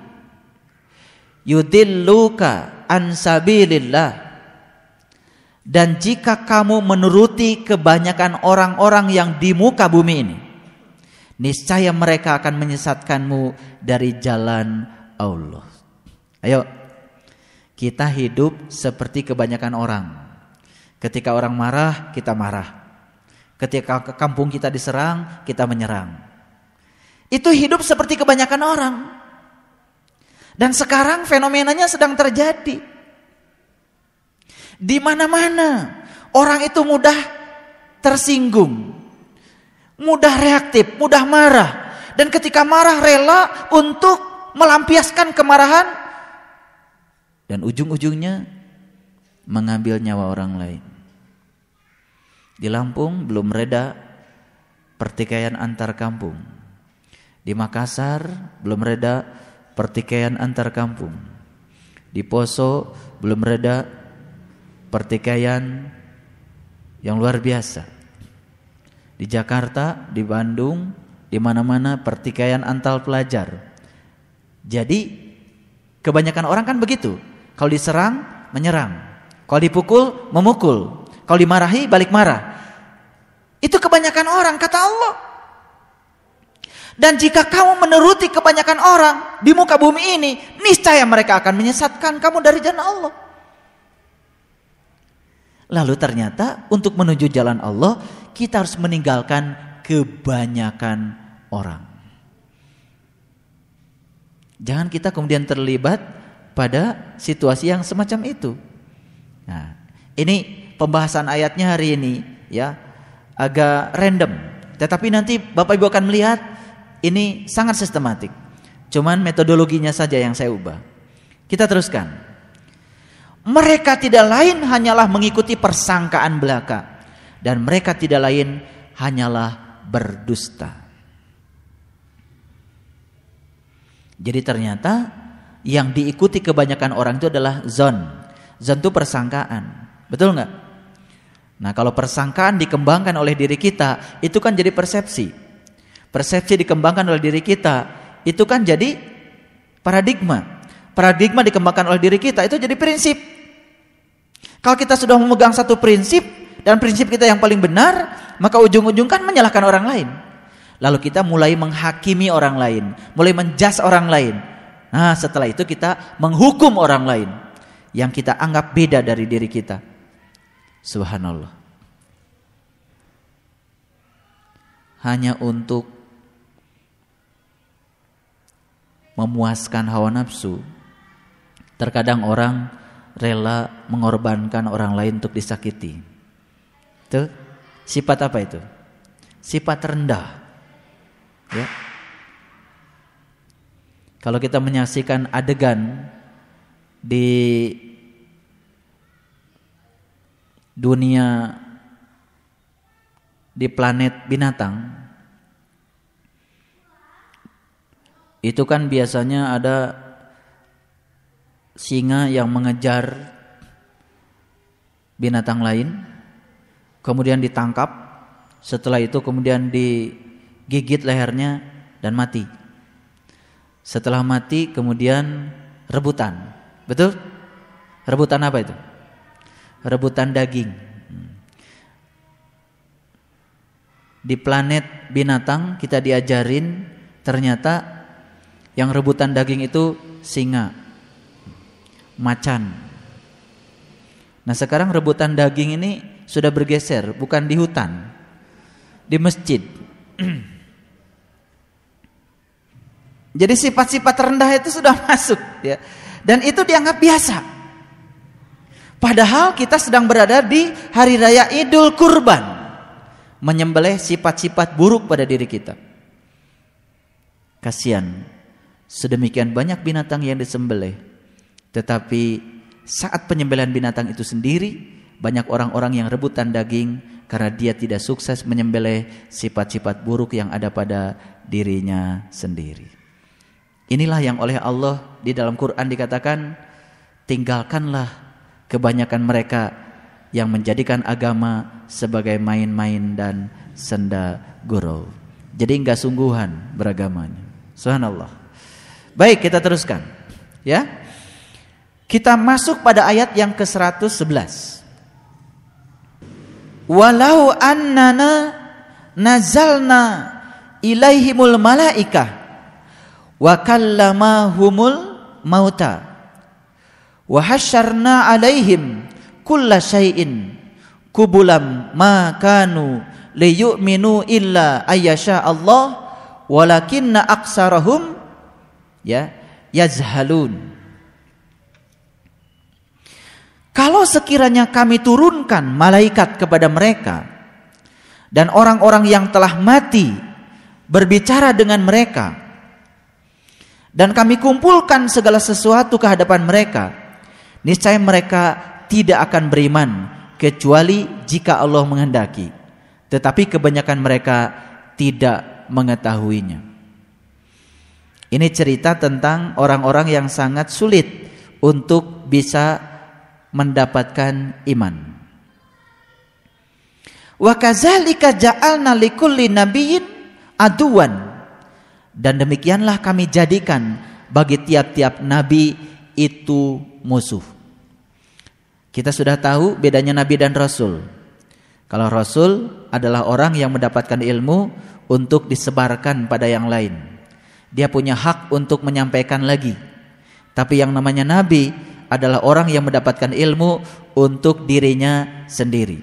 yudilluka an sabilillah. Dan jika kamu menuruti kebanyakan orang-orang yang di muka bumi ini, niscaya mereka akan menyesatkanmu dari jalan Allah. Ayo, kita hidup seperti kebanyakan orang. Ketika orang marah, kita marah. Ketika ke kampung kita diserang, kita menyerang. Itu hidup seperti kebanyakan orang. Dan sekarang fenomenanya sedang terjadi. Di mana-mana orang itu mudah tersinggung, mudah reaktif, mudah marah. Dan ketika marah rela untuk melampiaskan kemarahan, dan ujung-ujungnya mengambil nyawa orang lain. Di Lampung belum reda pertikaian antar kampung. Di Makassar belum reda pertikaian antar kampung. Di Poso belum reda pertikaian yang luar biasa. Di Jakarta, di Bandung, di mana-mana pertikaian antar pelajar. Jadi kebanyakan orang kan begitu. Kalau diserang, menyerang. Kalau dipukul, memukul. Kalau dimarahi, balik marah. Itu kebanyakan orang, kata Allah. Dan jika kamu menuruti kebanyakan orang di muka bumi ini, niscaya mereka akan menyesatkan kamu dari jalan Allah. Lalu ternyata untuk menuju jalan Allah, kita harus meninggalkan kebanyakan orang. Jangan kita kemudian terlibat pada situasi yang semacam itu. Nah, ini pembahasan ayatnya hari ini ya agak random, tetapi nanti Bapak Ibu akan melihat ini sangat sistematik. Cuman metodologinya saja yang saya ubah. Kita teruskan. Mereka tidak lain hanyalah mengikuti persangkaan belaka, dan mereka tidak lain hanyalah berdusta. Jadi ternyata yang diikuti kebanyakan orang itu adalah zon. Zon itu persangkaan. Betul enggak? Nah, kalau persangkaan dikembangkan oleh diri kita, itu kan jadi persepsi. Persepsi dikembangkan oleh diri kita, itu kan jadi paradigma. Paradigma dikembangkan oleh diri kita, itu jadi prinsip. Kalau kita sudah memegang satu prinsip, dan prinsip kita yang paling benar, maka ujung-ujung kan menyalahkan orang lain. Lalu kita mulai menghakimi orang lain, mulai menjas orang lain. Nah, setelah itu kita menghukum orang lain yang kita anggap beda dari diri kita. Subhanallah. Hanya untuk memuaskan hawa nafsu. Terkadang orang rela mengorbankan orang lain untuk disakiti. Itu sifat apa itu? Sifat rendah. Ya. Kalau kita menyaksikan adegan di dunia, di planet binatang, itu kan biasanya ada singa yang mengejar binatang lain, kemudian ditangkap, setelah itu kemudian digigit lehernya dan mati. Setelah mati kemudian rebutan. Betul? Rebutan apa itu? Rebutan daging. Di planet binatang kita diajarin ternyata yang rebutan daging itu singa, macan. Nah, sekarang rebutan daging ini sudah bergeser, bukan di hutan, di masjid. Jadi sifat-sifat rendah itu sudah masuk, ya. Dan itu dianggap biasa. Padahal kita sedang berada di hari raya Idul Kurban, menyembelih sifat-sifat buruk pada diri kita. Kasihan. Sedemikian banyak binatang yang disembelih, tetapi saat penyembelihan binatang itu sendiri, banyak orang-orang yang rebutan daging karena dia tidak sukses menyembelih sifat-sifat buruk yang ada pada dirinya sendiri. Inilah yang oleh Allah di dalam Quran dikatakan, tinggalkanlah kebanyakan mereka yang menjadikan agama sebagai main-main dan senda gurau. Jadi enggak sungguhan beragamanya. Subhanallah. Baik, kita teruskan. Ya. Kita masuk pada ayat yang ke seratus sebelas. Walau annana nazalna ilaihimul malaikah wa kallamahumul mauta wa hasyarna alaihim kulla syai'in kubulam ma kanu liyu'minu illa ayyasha Allah walakinna aksarahum ya yazhalun. Kalau sekiranya kami turunkan malaikat kepada mereka dan orang-orang yang telah mati berbicara dengan mereka dan kami kumpulkan segala sesuatu ke hadapan mereka, niscaya mereka tidak akan beriman kecuali jika Allah menghendaki. Tetapi kebanyakan mereka tidak mengetahuinya. Ini cerita tentang orang-orang yang sangat sulit untuk bisa mendapatkan iman. Wa kadzalika ja'alna likulli nabiyyin aduwan, dan demikianlah kami jadikan bagi tiap-tiap nabi itu musuh. Kita sudah tahu bedanya nabi dan rasul. Kalau rasul adalah orang yang mendapatkan ilmu untuk disebarkan pada yang lain. Dia punya hak untuk menyampaikan lagi. Tapi yang namanya nabi adalah orang yang mendapatkan ilmu untuk dirinya sendiri.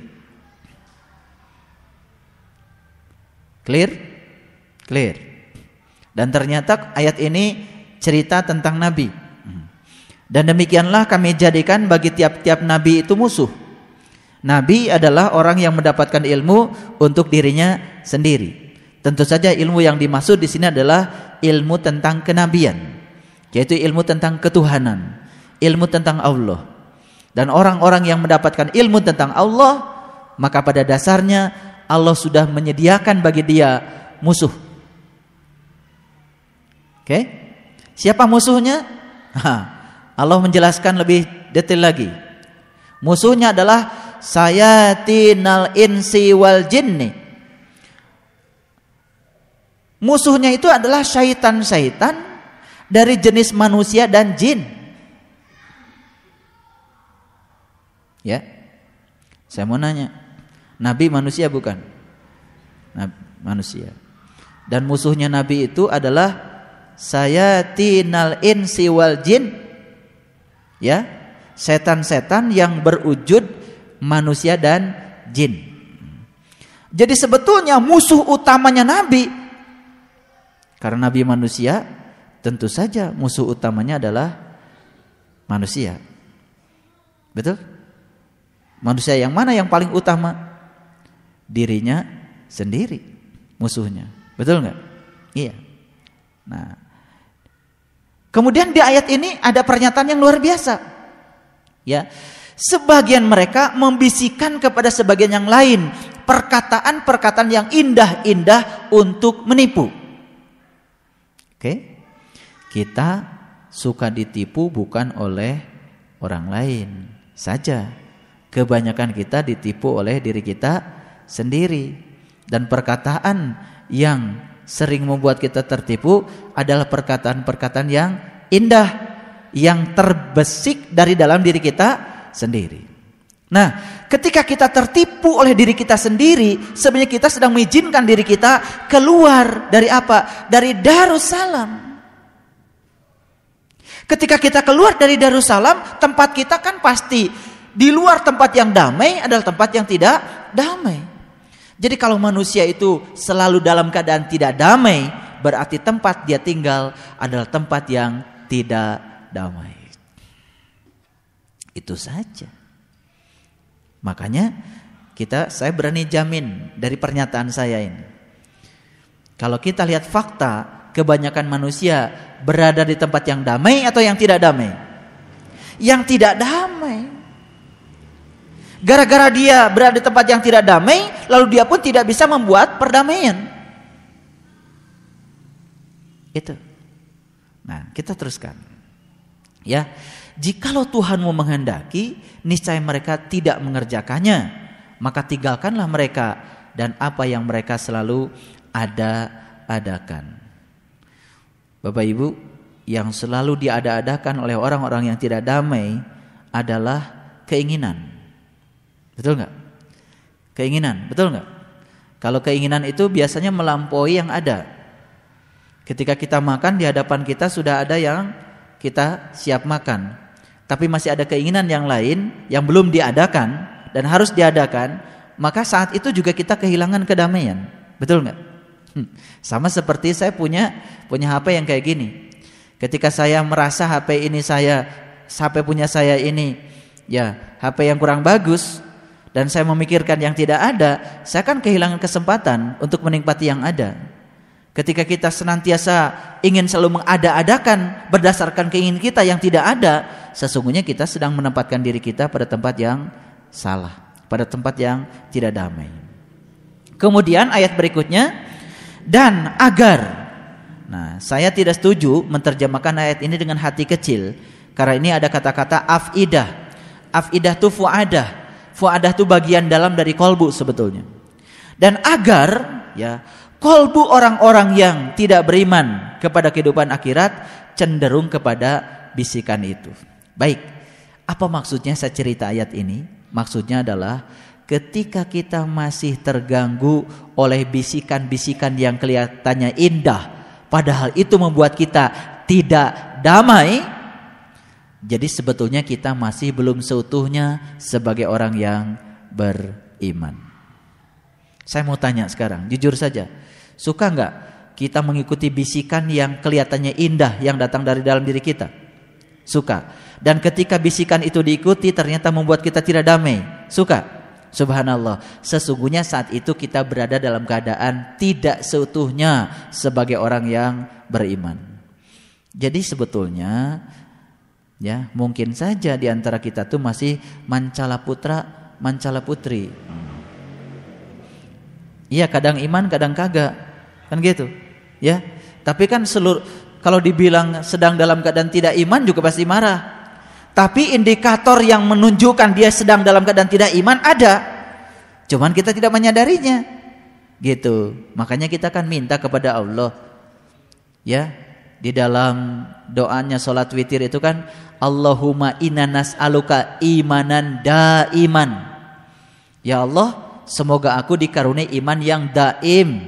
Clear? Clear. Dan ternyata ayat ini cerita tentang nabi. Dan demikianlah kami jadikan bagi tiap-tiap nabi itu musuh. Nabi adalah orang yang mendapatkan ilmu untuk dirinya sendiri. Tentu saja ilmu yang dimaksud di sini adalah ilmu tentang kenabian, yaitu ilmu tentang ketuhanan, ilmu tentang Allah. Dan orang-orang yang mendapatkan ilmu tentang Allah, maka pada dasarnya Allah sudah menyediakan bagi dia musuh. Oke? Siapa musuhnya? Ha, Allah menjelaskan lebih detail lagi. Musuhnya adalah sayatinal insi wal jinni. Musuhnya itu adalah syaitan-syaitan dari jenis manusia dan jin. Ya. Saya mau nanya, nabi manusia bukan? Nabi manusia. Dan musuhnya Nabi itu adalah sayatinal insi wal jin. Ya, setan-setan yang berwujud manusia dan jin. Jadi sebetulnya musuh utamanya Nabi, karena Nabi manusia, tentu saja musuh utamanya adalah manusia. Betul? Manusia yang mana yang paling utama? Dirinya sendiri musuhnya. Betul nggak? Iya. Nah, kemudian di ayat ini ada pernyataan yang luar biasa. Ya, sebagian mereka membisikkan kepada sebagian yang lain perkataan-perkataan yang indah-indah untuk menipu. Oke, kita suka ditipu bukan oleh orang lain saja. Kebanyakan kita ditipu oleh diri kita sendiri. Dan perkataan yang sering membuat kita tertipu adalah perkataan-perkataan yang indah, yang terbesik dari dalam diri kita sendiri. Nah, ketika kita tertipu oleh diri kita sendiri, sebenarnya kita sedang mengizinkan diri kita keluar dari apa? Dari Darussalam. Ketika kita keluar dari Darussalam, tempat kita kan pasti di luar tempat yang damai adalah tempat yang tidak damai. Jadi kalau manusia itu selalu dalam keadaan tidak damai, berarti tempat dia tinggal adalah tempat yang tidak damai. Itu saja. Makanya kita, saya berani jamin dari pernyataan saya ini, kalau kita lihat fakta, kebanyakan manusia berada di tempat yang damai atau yang tidak damai? Yang tidak damai. Gara-gara dia berada di tempat yang tidak damai, lalu dia pun tidak bisa membuat perdamaian. Itu. Nah, kita teruskan. Ya, jikalau Tuhan mau menghendaki, niscaya mereka tidak mengerjakannya, maka tinggalkanlah mereka dan apa yang mereka selalu ada-adakan. Bapak Ibu, yang selalu diada-adakan oleh orang-orang yang tidak damai adalah keinginan. Betul nggak? Keinginan, betul nggak? Kalau keinginan itu biasanya melampaui yang ada. Ketika kita makan, di hadapan kita sudah ada yang kita siap makan, tapi masih ada keinginan yang lain yang belum diadakan dan harus diadakan, maka saat itu juga kita kehilangan kedamaian. Betul nggak? Hmm. Sama seperti saya punya punya H P yang kayak gini. Ketika saya merasa H P ini saya H P punya saya ini ya H P yang kurang bagus, dan saya memikirkan yang tidak ada, saya kan kehilangan kesempatan untuk menikmati yang ada. Ketika kita senantiasa ingin selalu mengada-adakan berdasarkan keinginan kita yang tidak ada, sesungguhnya kita sedang menempatkan diri kita pada tempat yang salah, pada tempat yang tidak damai. Kemudian ayat berikutnya, dan agar. Nah, saya tidak setuju menerjemahkan ayat ini dengan hati kecil, karena ini ada kata-kata afidah. Afidah itu fuadah. Fuadah itu bagian dalam dari kolbu sebetulnya. Dan agar ya kolbu orang-orang yang tidak beriman kepada kehidupan akhirat cenderung kepada bisikan itu. Baik, apa maksudnya saya cerita ayat ini? Maksudnya adalah ketika kita masih terganggu oleh bisikan-bisikan yang kelihatannya indah, padahal itu membuat kita tidak damai, jadi sebetulnya kita masih belum seutuhnya sebagai orang yang beriman. Saya mau tanya sekarang, jujur saja, suka nggak kita mengikuti bisikan yang kelihatannya indah yang datang dari dalam diri kita? Suka. Dan ketika bisikan itu diikuti ternyata membuat kita tidak damai. Suka. Subhanallah. Sesungguhnya saat itu kita berada dalam keadaan tidak seutuhnya sebagai orang yang beriman. Jadi sebetulnya ya mungkin saja di antara kita tuh masih mancala putra, mancala putri. Iya, kadang iman, kadang kagak, kan gitu. Ya, tapi kan seluruh kalau dibilang sedang dalam keadaan tidak iman juga pasti marah. Tapi indikator yang menunjukkan dia sedang dalam keadaan tidak iman ada, cuman kita tidak menyadarinya, gitu. Makanya kita kan minta kepada Allah, ya, di dalam doanya sholat witir itu kan, Allahumma inna nas'aluka imanan daiman. Ya Allah, semoga aku dikaruniai iman yang daim,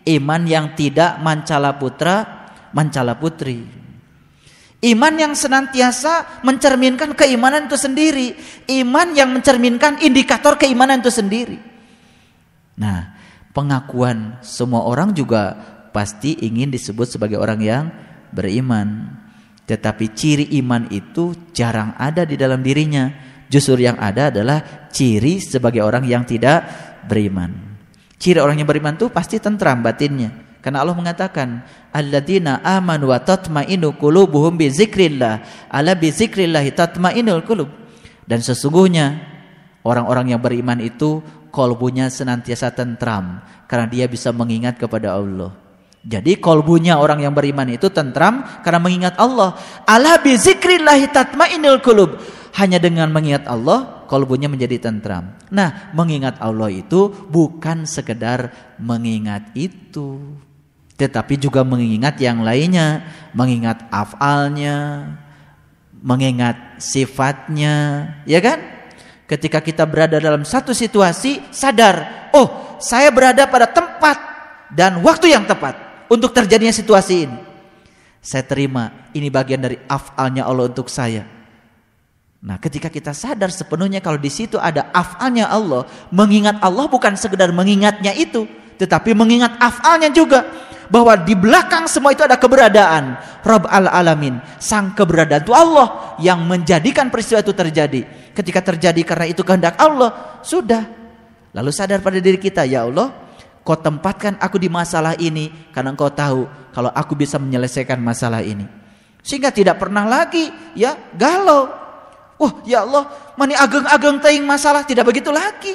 Iman yang tidak mancala putra, mancala putri. Iman yang senantiasa mencerminkan keimanan itu sendiri. Iman yang mencerminkan indikator keimanan itu sendiri. Nah, pengakuan semua orang juga pasti ingin disebut sebagai orang yang beriman. Tetapi ciri iman itu jarang ada di dalam dirinya. Justru yang ada adalah ciri sebagai orang yang tidak beriman. Ciri orang yang beriman itu pasti tentram batinnya. Karena Allah mengatakan, alladzina amanu wa tatma'innu qulubuhum bi dzikrillah, ala bi dzikrillah tatma'innul qulub. Dan sesungguhnya orang-orang yang beriman itu kolbunya senantiasa tentram karena dia bisa mengingat kepada Allah. Jadi kolbunya orang yang beriman itu tentram karena mengingat Allah. Ala bi dzikrillah tatma'innul qulub. Hanya dengan mengingat Allah, kolbunya menjadi tentram. Nah, mengingat Allah itu bukan sekedar mengingat itu, tetapi juga mengingat yang lainnya, mengingat afalnya, mengingat sifatnya, ya kan? Ketika kita berada dalam satu situasi, sadar, oh, saya berada pada tempat dan waktu yang tepat untuk terjadinya situasi ini. Saya terima, ini bagian dari afalnya Allah untuk saya. Nah, ketika kita sadar sepenuhnya kalau di situ ada afalnya Allah, mengingat Allah bukan sekedar mengingatnya itu, tetapi mengingat afalnya juga, bahwa di belakang semua itu ada keberadaan Rabb al-Alamin, sang keberadaan itu Allah yang menjadikan peristiwa itu terjadi. Ketika terjadi karena itu kehendak Allah, sudah. Lalu sadar pada diri kita, ya Allah, Kau tempatkan aku di masalah ini karena Engkau tahu kalau aku bisa menyelesaikan masalah ini. Sehingga tidak pernah lagi ya galau. Oh ya Allah, mani ageng-ageng teing masalah, tidak begitu lagi.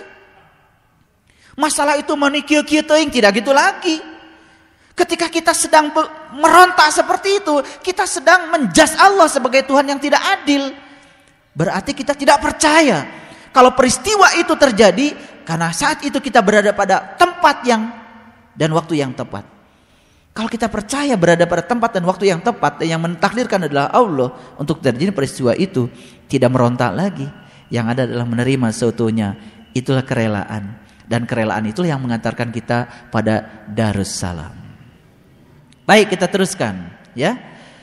Masalah itu mani kieu-kieu teing, tidak gitu lagi. Ketika kita sedang merontak seperti itu, kita sedang menjas Allah sebagai Tuhan yang tidak adil. Berarti kita tidak percaya kalau peristiwa itu terjadi karena saat itu kita berada pada tempat yang dan waktu yang tepat. Kalau kita percaya berada pada tempat dan waktu yang tepat, dan yang mentakdirkan adalah Allah untuk terjadi peristiwa itu, tidak merontak lagi. Yang ada adalah menerima seutuhnya. Itulah kerelaan. Dan kerelaan itulah yang mengantarkan kita pada Darussalam. Baik, kita teruskan, ya.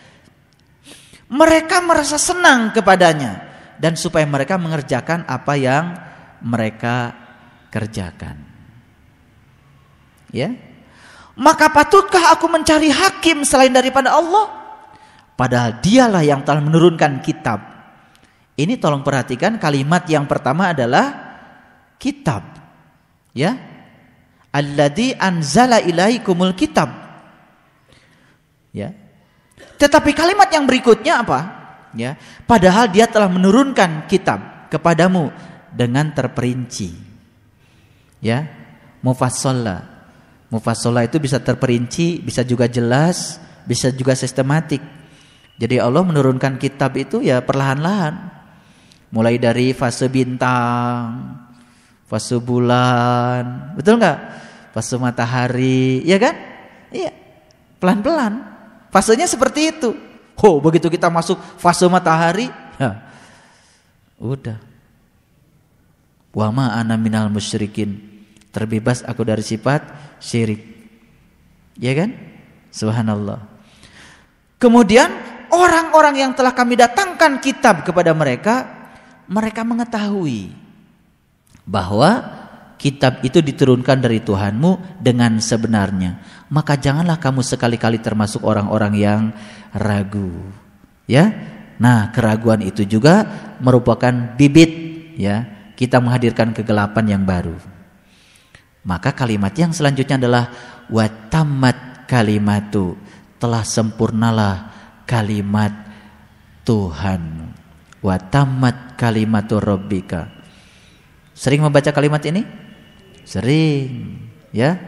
Mereka merasa senang kepadanya dan supaya mereka mengerjakan apa yang mereka kerjakan. Ya. Maka patutkah aku mencari hakim selain daripada Allah? Padahal dialah yang telah menurunkan kitab. Ini tolong perhatikan kalimat yang pertama adalah kitab. Ya. Alladzi anzala ilaikumul kitab. Ya. Tetapi kalimat yang berikutnya apa? Ya. Padahal dia telah menurunkan kitab kepadamu dengan terperinci. Ya. Mufassala. Mufassalah itu bisa terperinci, bisa juga jelas, bisa juga sistematik. Jadi Allah menurunkan kitab itu ya perlahan-lahan. Mulai dari fase bintang, fase bulan, betul nggak? Fase matahari, ya kan? Iya, pelan-pelan. Fasenya seperti itu. Oh, begitu kita masuk fase matahari, ya, udah. Wa ma ana minal musyrikin. Terbebas aku dari sifat syirik. Ya kan? Subhanallah. Kemudian orang-orang yang telah kami datangkan kitab kepada mereka, mereka mengetahui bahwa kitab itu diturunkan dari Tuhanmu dengan sebenarnya. Maka janganlah kamu sekali-kali termasuk orang-orang yang ragu. Ya. Nah, keraguan itu juga merupakan bibit ya, kita menghadirkan kegelapan yang baru. Maka kalimat yang selanjutnya adalah watammat kalimatu, telah sempurnalah kalimat Tuhan. Watammat kalimatu rabbika. Sering membaca kalimat ini? Sering, ya.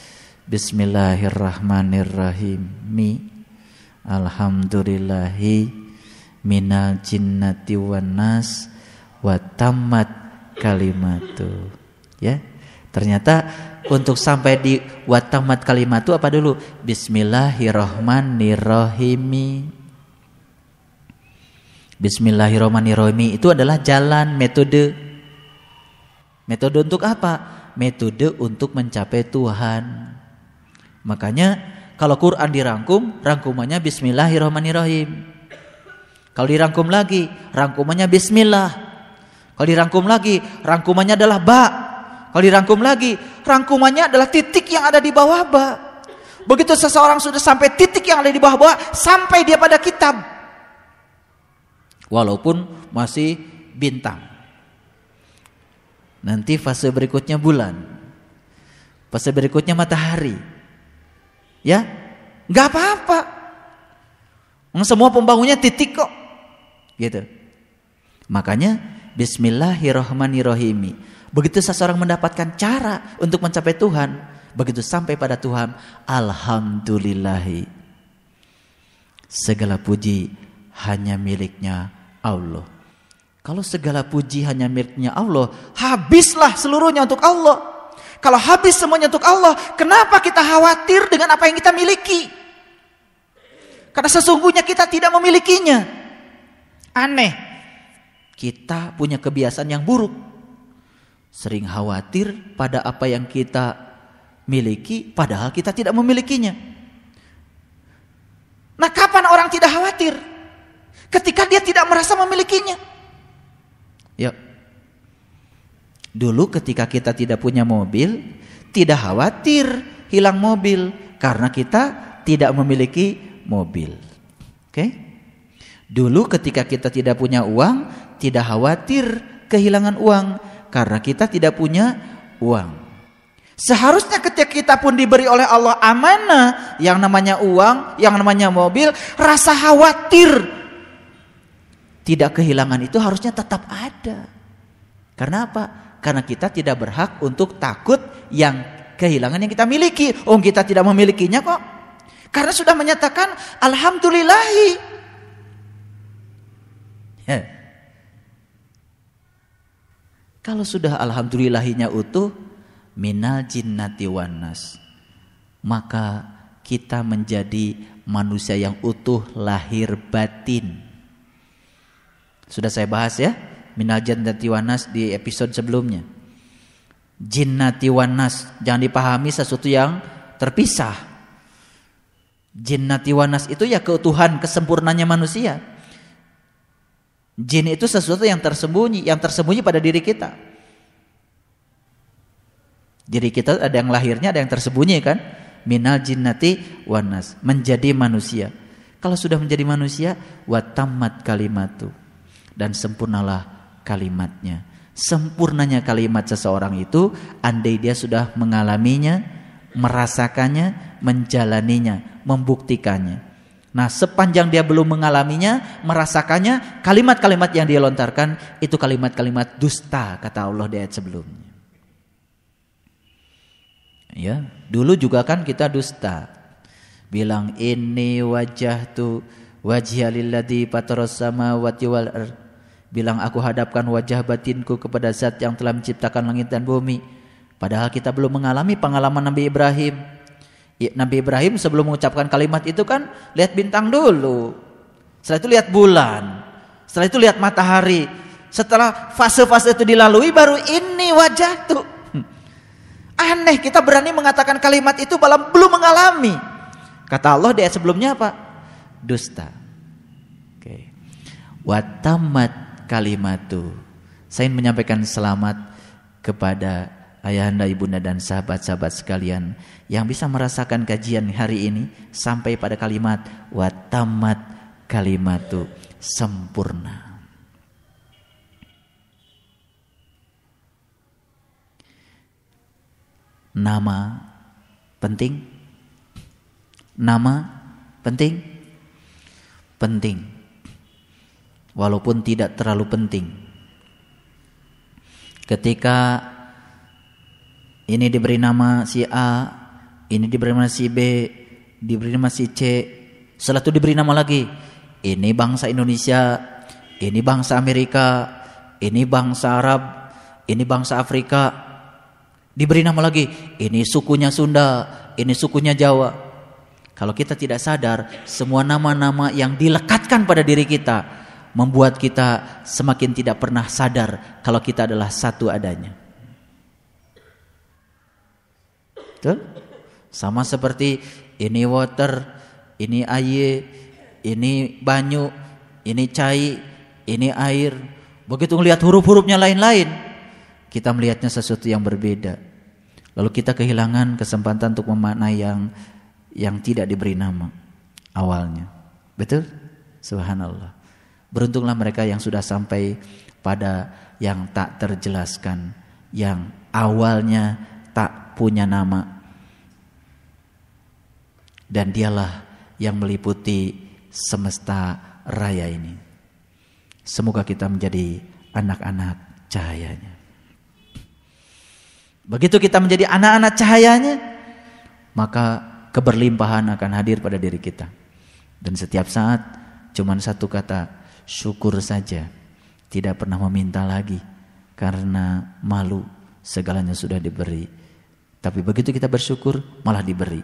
Bismillahirrahmanirrahim. Mi alhamdulillahi minal jinnati wan nas watammat kalimatu. Ya. Ternyata untuk sampai di watamat kalimat itu apa dulu? Bismillahirrahmanirrahim. Bismillahirrahmanirrahim itu adalah jalan, metode. Metode untuk apa? Metode untuk mencapai Tuhan. Makanya kalau Quran dirangkum, rangkumannya Bismillahirrahmanirrahim. Kalau dirangkum lagi, rangkumannya Bismillah. Kalau dirangkum lagi, rangkumannya adalah ba. Kalau dirangkum lagi, rangkumannya adalah titik yang ada di bawah ba. Begitu seseorang sudah sampai titik yang ada di bawah ba, sampai dia pada kitab. Walaupun masih bintang. Nanti fase berikutnya bulan. Fase berikutnya matahari. Ya, nggak apa-apa. Semua pembangunnya titik kok, gitu. Makanya Bismillahirrahmanirrahim. Begitu seseorang mendapatkan cara untuk mencapai Tuhan, begitu sampai pada Tuhan, alhamdulillahi. Segala puji hanya miliknya Allah. Kalau segala puji hanya miliknya Allah, habislah seluruhnya untuk Allah. Kalau habis semuanya untuk Allah, kenapa kita khawatir dengan apa yang kita miliki? Karena sesungguhnya kita tidak memilikinya. Aneh. Kita punya kebiasaan yang buruk. Sering khawatir pada apa yang kita miliki, padahal kita tidak memilikinya. Nah, kapan orang tidak khawatir? Ketika dia tidak merasa memilikinya. Yuk. Dulu ketika kita tidak punya mobil, tidak khawatir hilang mobil karena kita tidak memiliki mobil. Oke? Dulu ketika kita tidak punya uang, tidak khawatir kehilangan uang karena kita tidak punya uang. Seharusnya ketika kita pun diberi oleh Allah amanah yang namanya uang, yang namanya mobil, rasa khawatir tidak kehilangan itu harusnya tetap ada. Karena apa? Karena kita tidak berhak untuk takut yang kehilangan yang kita miliki. Oh, kita tidak memilikinya kok. Karena sudah menyatakan alhamdulillahi. Ya. Kalau sudah alhamdulillahinya utuh, minal jinnati wan nas, maka kita menjadi manusia yang utuh lahir batin. Sudah saya bahas ya, minal jinnati wan nas di episode sebelumnya. Jinnati wan nas, jangan dipahami sesuatu yang terpisah. Jinnati wan nas itu ya keutuhan, kesempurnaannya manusia. Jin itu sesuatu yang tersembunyi, yang tersembunyi pada diri kita. Diri kita ada yang lahirnya, ada yang tersembunyi kan? Minal jinnati wan nas, menjadi manusia. Kalau sudah menjadi manusia, wa tammat kalimatu, dan sempurnalah kalimatnya. Sempurnanya kalimat seseorang itu andai dia sudah mengalaminya, merasakannya, menjalaninya, membuktikannya. Nah, sepanjang dia belum mengalaminya, merasakannya, kalimat-kalimat yang dia lontarkan itu kalimat-kalimat dusta, kata Allah di ayat sebelumnya. Ya, dulu juga kan kita dusta. Bilang inni wajjahtu wajhiya lilladzi fataras samawati wal ardh. Bilang aku hadapkan wajah batinku kepada zat yang telah menciptakan langit dan bumi. Padahal kita belum mengalami pengalaman Nabi Ibrahim. Nabi Ibrahim sebelum mengucapkan kalimat itu kan lihat bintang dulu. Setelah itu lihat bulan. Setelah itu lihat matahari. Setelah fase-fase itu dilalui baru ini wajah tuh. Aneh kita berani mengatakan kalimat itu malah belum mengalami. Kata Allah di ayat sebelumnya apa? Dusta. Oke. Watamat kalimatu. Saya ingin menyampaikan selamat kepada ayahanda, ibunda dan sahabat-sahabat sekalian yang bisa merasakan kajian hari ini sampai pada kalimat watamat kalimatu, sempurna. Nama penting? Nama penting? Penting. Walaupun tidak terlalu penting. Ketika ini diberi nama si A, ini diberi nama si B, diberi nama si C, setelah itu diberi nama lagi. Ini bangsa Indonesia, ini bangsa Amerika, ini bangsa Arab, ini bangsa Afrika. Diberi nama lagi, ini sukunya Sunda, ini sukunya Jawa. Kalau kita tidak sadar, semua nama-nama yang dilekatkan pada diri kita membuat kita semakin tidak pernah sadar kalau kita adalah satu adanya. Betul? Sama seperti ini water, ini air, ini banyu, ini cai, ini air. Begitu melihat huruf-hurufnya lain-lain, kita melihatnya sesuatu yang berbeda. Lalu kita kehilangan kesempatan untuk memaknai yang yang tidak diberi nama awalnya. Betul? Subhanallah. Beruntunglah mereka yang sudah sampai pada yang tak terjelaskan, yang awalnya tak punya nama. Dan dialah yang meliputi semesta raya ini. Semoga kita menjadi anak-anak cahayanya. Begitu kita menjadi anak-anak cahayanya, maka keberlimpahan akan hadir pada diri kita. Dan setiap saat cuman satu kata, syukur saja. Tidak pernah meminta lagi, karena malu segalanya sudah diberi. Tapi begitu kita bersyukur, malah diberi.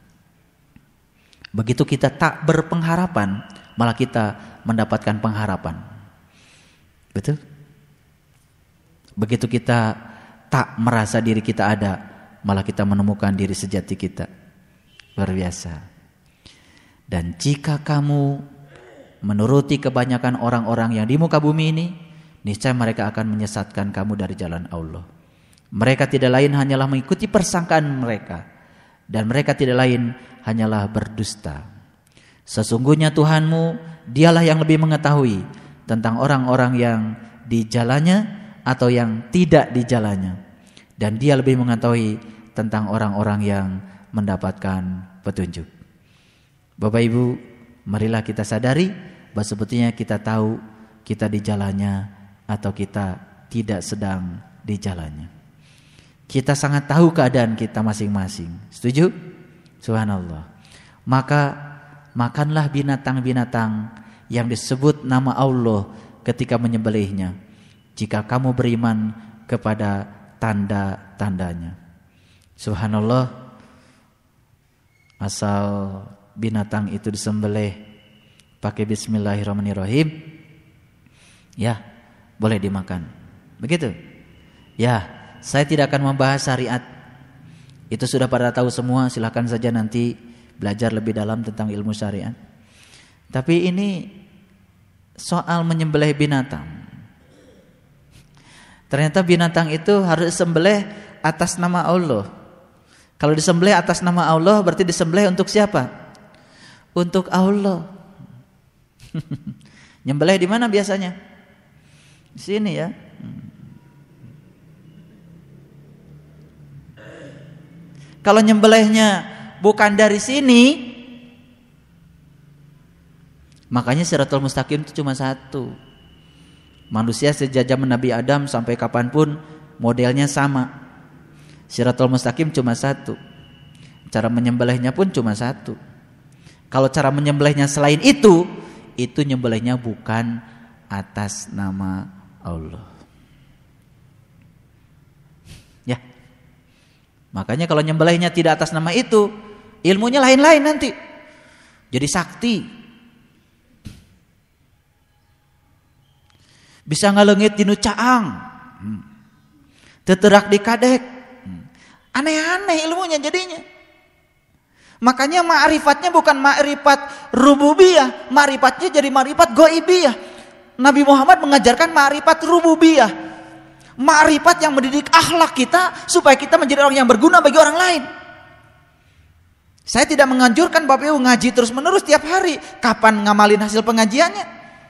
Begitu kita tak berpengharapan, malah kita mendapatkan pengharapan. Betul? Begitu kita tak merasa diri kita ada, malah kita menemukan diri sejati kita. Luar biasa. Dan jika kamu menuruti kebanyakan orang-orang yang di muka bumi ini, niscaya mereka akan menyesatkan kamu dari jalan Allah. Mereka tidak lain hanyalah mengikuti persangkaan mereka, dan mereka tidak lain hanyalah berdusta. Sesungguhnya Tuhanmu, dialah yang lebih mengetahui tentang orang-orang yang di jalannya atau yang tidak di jalannya, dan dia lebih mengetahui tentang orang-orang yang mendapatkan petunjuk. Bapak Ibu, marilah kita sadari bahwa sebetulnya kita tahu kita di jalannya atau kita tidak sedang di jalannya. Kita sangat tahu keadaan kita masing-masing. Setuju? Subhanallah. Maka makanlah binatang-binatang yang disebut nama Allah ketika menyembelihnya, jika kamu beriman kepada tanda-tandanya. Subhanallah. Asal binatang itu disembelih pakai bismillahirrahmanirrahim, ya boleh dimakan. Begitu? Ya, saya tidak akan membahas syariat. Itu sudah pada tahu semua, silakan saja nanti belajar lebih dalam tentang ilmu syariat. Tapi ini soal menyembelih binatang. Ternyata binatang itu harus disembelih atas nama Allah. Kalau disembelih atas nama Allah berarti disembelih untuk siapa? Untuk Allah. Nyembelih di mana biasanya? Di sini ya. Kalau nyembelihnya bukan dari sini, makanya Siratul Mustaqim itu cuma satu. Manusia sejak zaman Nabi Adam sampai kapanpun modelnya sama. Siratul Mustaqim cuma satu. Cara menyembelihnya pun cuma satu. Kalau cara menyembelihnya selain itu, itu nyembelihnya bukan atas nama Allah. Ya. Makanya kalau nyembelihnya tidak atas nama itu, ilmunya lain-lain nanti. Jadi sakti. Bisa ngalengit dinu caang. Hmm. Teterak di kadek. Hmm. Aneh-aneh ilmunya jadinya. Makanya ma'rifatnya bukan ma'rifat rububiyah, ma'rifatnya jadi ma'rifat goibiyah. Nabi Muhammad mengajarkan ma'rifat rububiyah, ma'rifat yang mendidik akhlak kita supaya kita menjadi orang yang berguna bagi orang lain. Saya tidak menganjurkan Bapak Ibu ngaji terus menerus tiap hari. Kapan ngamalin hasil pengajiannya?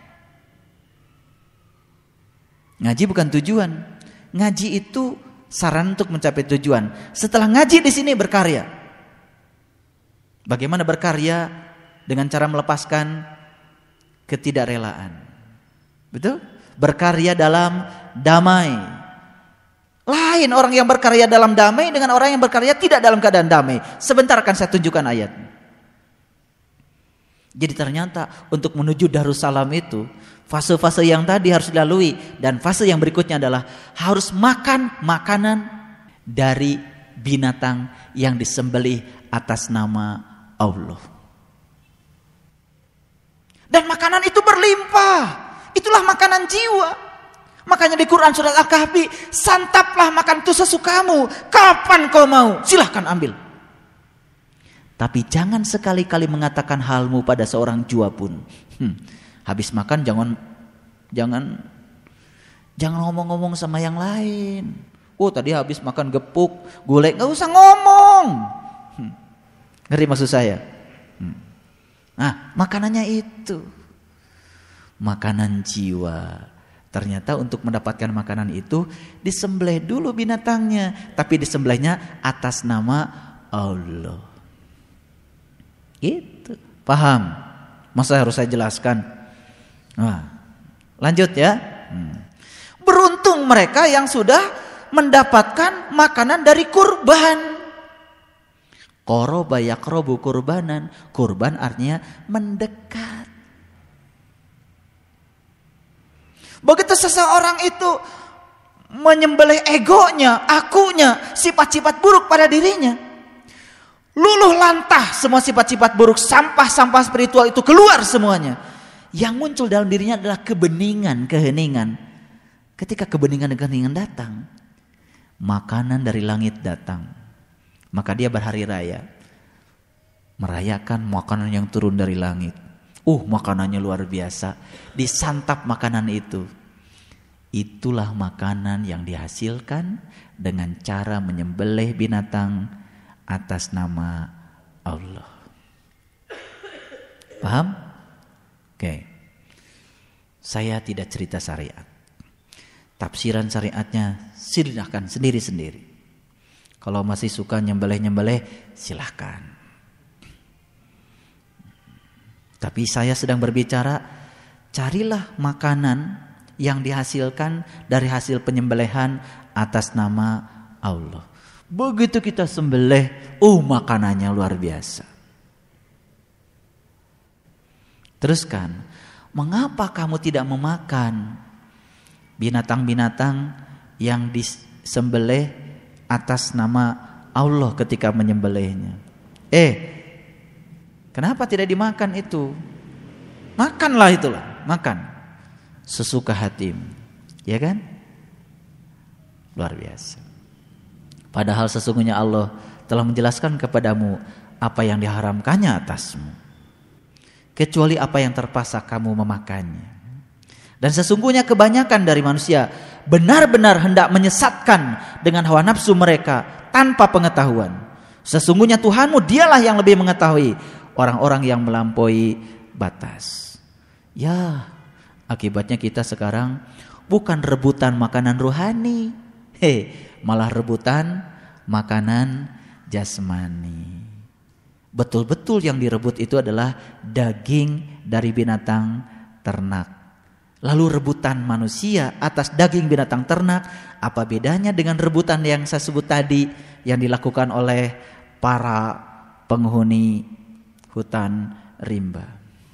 Ngaji bukan tujuan. Ngaji itu saran untuk mencapai tujuan. Setelah ngaji di sini berkarya. Bagaimana berkarya dengan cara melepaskan ketidakrelaan. Betul? Berkarya dalam damai. Lain orang yang berkarya dalam damai dengan orang yang berkarya tidak dalam keadaan damai. Sebentar akan saya tunjukkan ayat. Jadi ternyata untuk menuju Darussalam itu fase-fase yang tadi harus dilalui, dan fase yang berikutnya adalah harus makan makanan dari binatang yang disembelih atas nama Allah. Dan makanan itu berlimpah. Itulah makanan jiwa. Makanya di Quran surat Al-Kahfi, santaplah makan itu sesukamu. Kapan kau mau, silahkan ambil. Tapi jangan sekali-kali mengatakan halmu pada seorang jua pun. Hmm, habis makan jangan jangan jangan ngomong-ngomong sama yang lain. Oh tadi habis makan gepuk, gulai, nggak usah ngomong. Hmm, ngerti maksud saya? Hmm. Nah, makanannya itu makanan jiwa. Ternyata untuk mendapatkan makanan itu disembelih dulu binatangnya, tapi disembelihnya atas nama Allah. Gitu. Paham? Masa harus saya jelaskan? Nah, lanjut ya. Hmm. Beruntung mereka yang sudah mendapatkan makanan dari kurban. Qoroba yaqrobu kurbanan. Kurban artinya mendekat. Begitu seseorang itu menyembelih egonya, akunya, sifat-sifat buruk pada dirinya, luluh lantah semua sifat-sifat buruk, sampah-sampah spiritual itu keluar semuanya. Yang muncul dalam dirinya adalah kebeningan, keheningan. Ketika kebeningan dan keheningan datang, makanan dari langit datang. Maka dia berhari raya, merayakan makanan yang turun dari langit. Uh, makanannya luar biasa. Disantap makanan itu. Itulah makanan yang dihasilkan dengan cara menyembelih binatang atas nama Allah. Paham? Oke. Saya tidak cerita syariat. Tafsiran syariatnya silahkan sendiri-sendiri. Kalau masih suka nyembelih-nyembelih, silahkan. Tapi saya sedang berbicara, carilah makanan yang dihasilkan dari hasil penyembelihan atas nama Allah. Begitu kita sembelih, uh makanannya luar biasa. Teruskan, mengapa kamu tidak memakan binatang-binatang yang disembelih atas nama Allah ketika menyembelihnya? Eh, kenapa tidak dimakan itu? Makanlah itulah, makan sesuka hatimu, ya kan? Luar biasa. Padahal sesungguhnya Allah telah menjelaskan kepadamu apa yang diharamkannya atasmu, kecuali apa yang terpaksa kamu memakannya. Dan sesungguhnya kebanyakan dari manusia benar-benar hendak menyesatkan dengan hawa nafsu mereka tanpa pengetahuan. Sesungguhnya Tuhanmu dialah yang lebih mengetahui orang-orang yang melampaui batas. Ya, akibatnya kita sekarang bukan rebutan makanan rohani, he, malah rebutan makanan jasmani. Betul-betul yang direbut itu adalah daging dari binatang ternak. Lalu rebutan manusia atas daging binatang ternak, apa bedanya dengan rebutan yang saya sebut tadi yang dilakukan oleh para penghuni hutan rimba?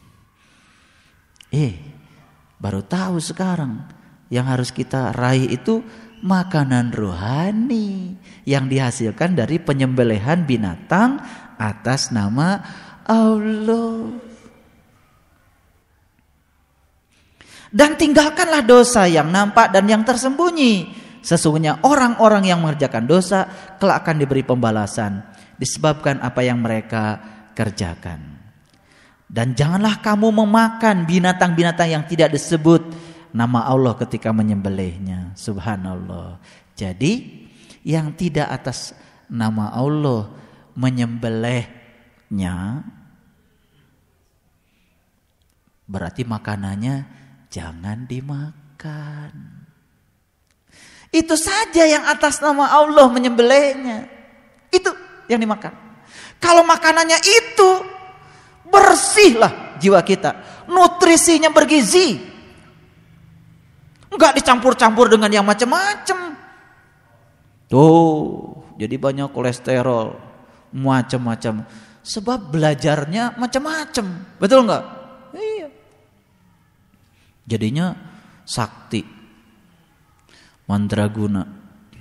Eh, baru tahu sekarang yang harus kita raih itu makanan rohani yang dihasilkan dari penyembelihan binatang atas nama Allah. Dan tinggalkanlah dosa yang nampak dan yang tersembunyi. Sesungguhnya orang-orang yang mengerjakan dosa kelak akan diberi pembalasan disebabkan apa yang mereka kerjakan. Dan janganlah kamu memakan binatang-binatang yang tidak disebut nama Allah ketika menyembelihnya. Subhanallah. Jadi yang tidak atas nama Allah menyembelihnya, berarti makanannya jangan dimakan. Itu saja yang atas nama Allah menyembelihnya, itu yang dimakan. Kalau makanannya itu, bersihlah jiwa kita, nutrisinya bergizi, enggak dicampur-campur dengan yang macam-macam. Tuh, jadi banyak kolesterol, macam-macam. Sebab belajarnya macam-macam, betul enggak? Iya. Jadinya sakti, mandraguna,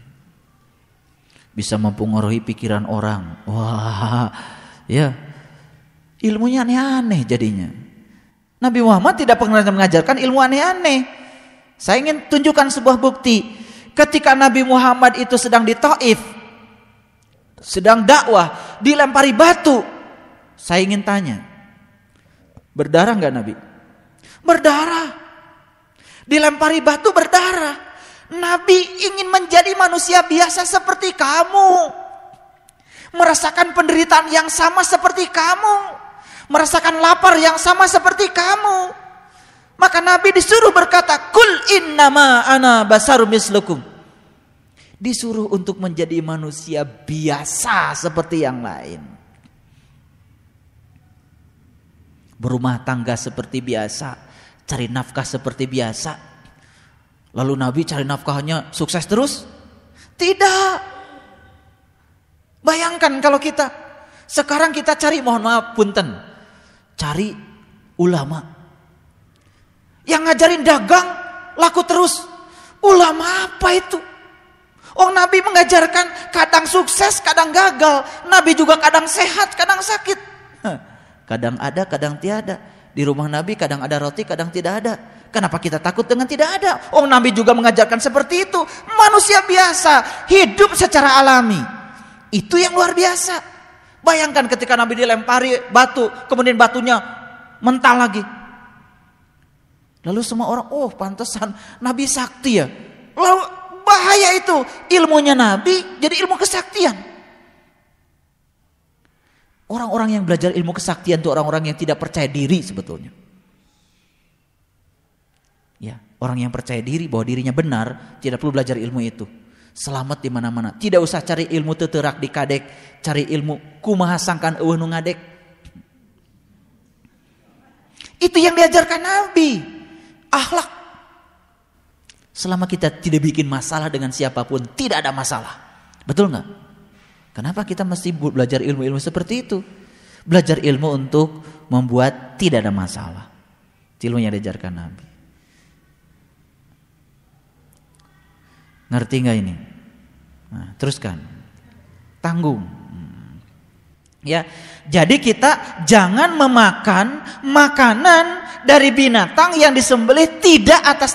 bisa mempengaruhi pikiran orang. Wah, ya, ilmunya aneh-aneh jadinya. Nabi Muhammad tidak pernah mengajarkan ilmu aneh-aneh. Saya ingin tunjukkan sebuah bukti. Ketika Nabi Muhammad itu sedang di Taif, sedang dakwah, dilempari batu Saya ingin tanya, berdarah nggak Nabi? Berdarah. Dilempari batu berdarah. Nabi ingin menjadi manusia biasa seperti kamu. Merasakan penderitaan yang sama seperti kamu. Merasakan lapar yang sama seperti kamu. Maka Nabi disuruh berkata, Kul innama ana basarum mislukum. Disuruh untuk menjadi manusia biasa seperti yang lain. Berumah tangga seperti biasa, cari nafkah seperti biasa. Lalu Nabi cari nafkahnya sukses terus? Tidak. Bayangkan kalau kita sekarang kita cari, mohon maaf punten, cari ulama yang ngajarin dagang laku terus. Ulama apa itu? Oh, Nabi mengajarkan kadang sukses, kadang gagal. Nabi juga kadang sehat, kadang sakit. Kadang ada, kadang tiada. Di rumah Nabi kadang ada roti, kadang tidak ada. Kenapa kita takut dengan tidak ada? Oh, Nabi juga mengajarkan seperti itu. Manusia biasa, hidup secara alami. Itu yang luar biasa. Bayangkan ketika Nabi dilempari batu, kemudian batunya mental lagi. Lalu semua orang, oh pantesan Nabi sakti ya. Lalu bahaya itu, ilmunya Nabi jadi ilmu kesaktian. Orang-orang yang belajar ilmu kesaktian itu orang-orang yang tidak percaya diri sebetulnya. Ya, orang yang percaya diri bahwa dirinya benar tidak perlu belajar ilmu itu. Selamat di mana-mana. Tidak usah cari ilmu teterak di kadek, cari ilmu kumaha sangkan eueuh nu ngadek. Itu yang diajarkan Nabi. Akhlak. Selama kita tidak bikin masalah dengan siapapun, tidak ada masalah. Betul enggak? Kenapa kita mesti belajar ilmu-ilmu seperti itu? Belajar ilmu untuk membuat tidak ada masalah. Ilmu yang diajarkan Nabi. Ngerti nggak ini? Nah, teruskan. Tanggung. Ya, jadi kita jangan memakan makanan dari binatang yang disembelih tidak atas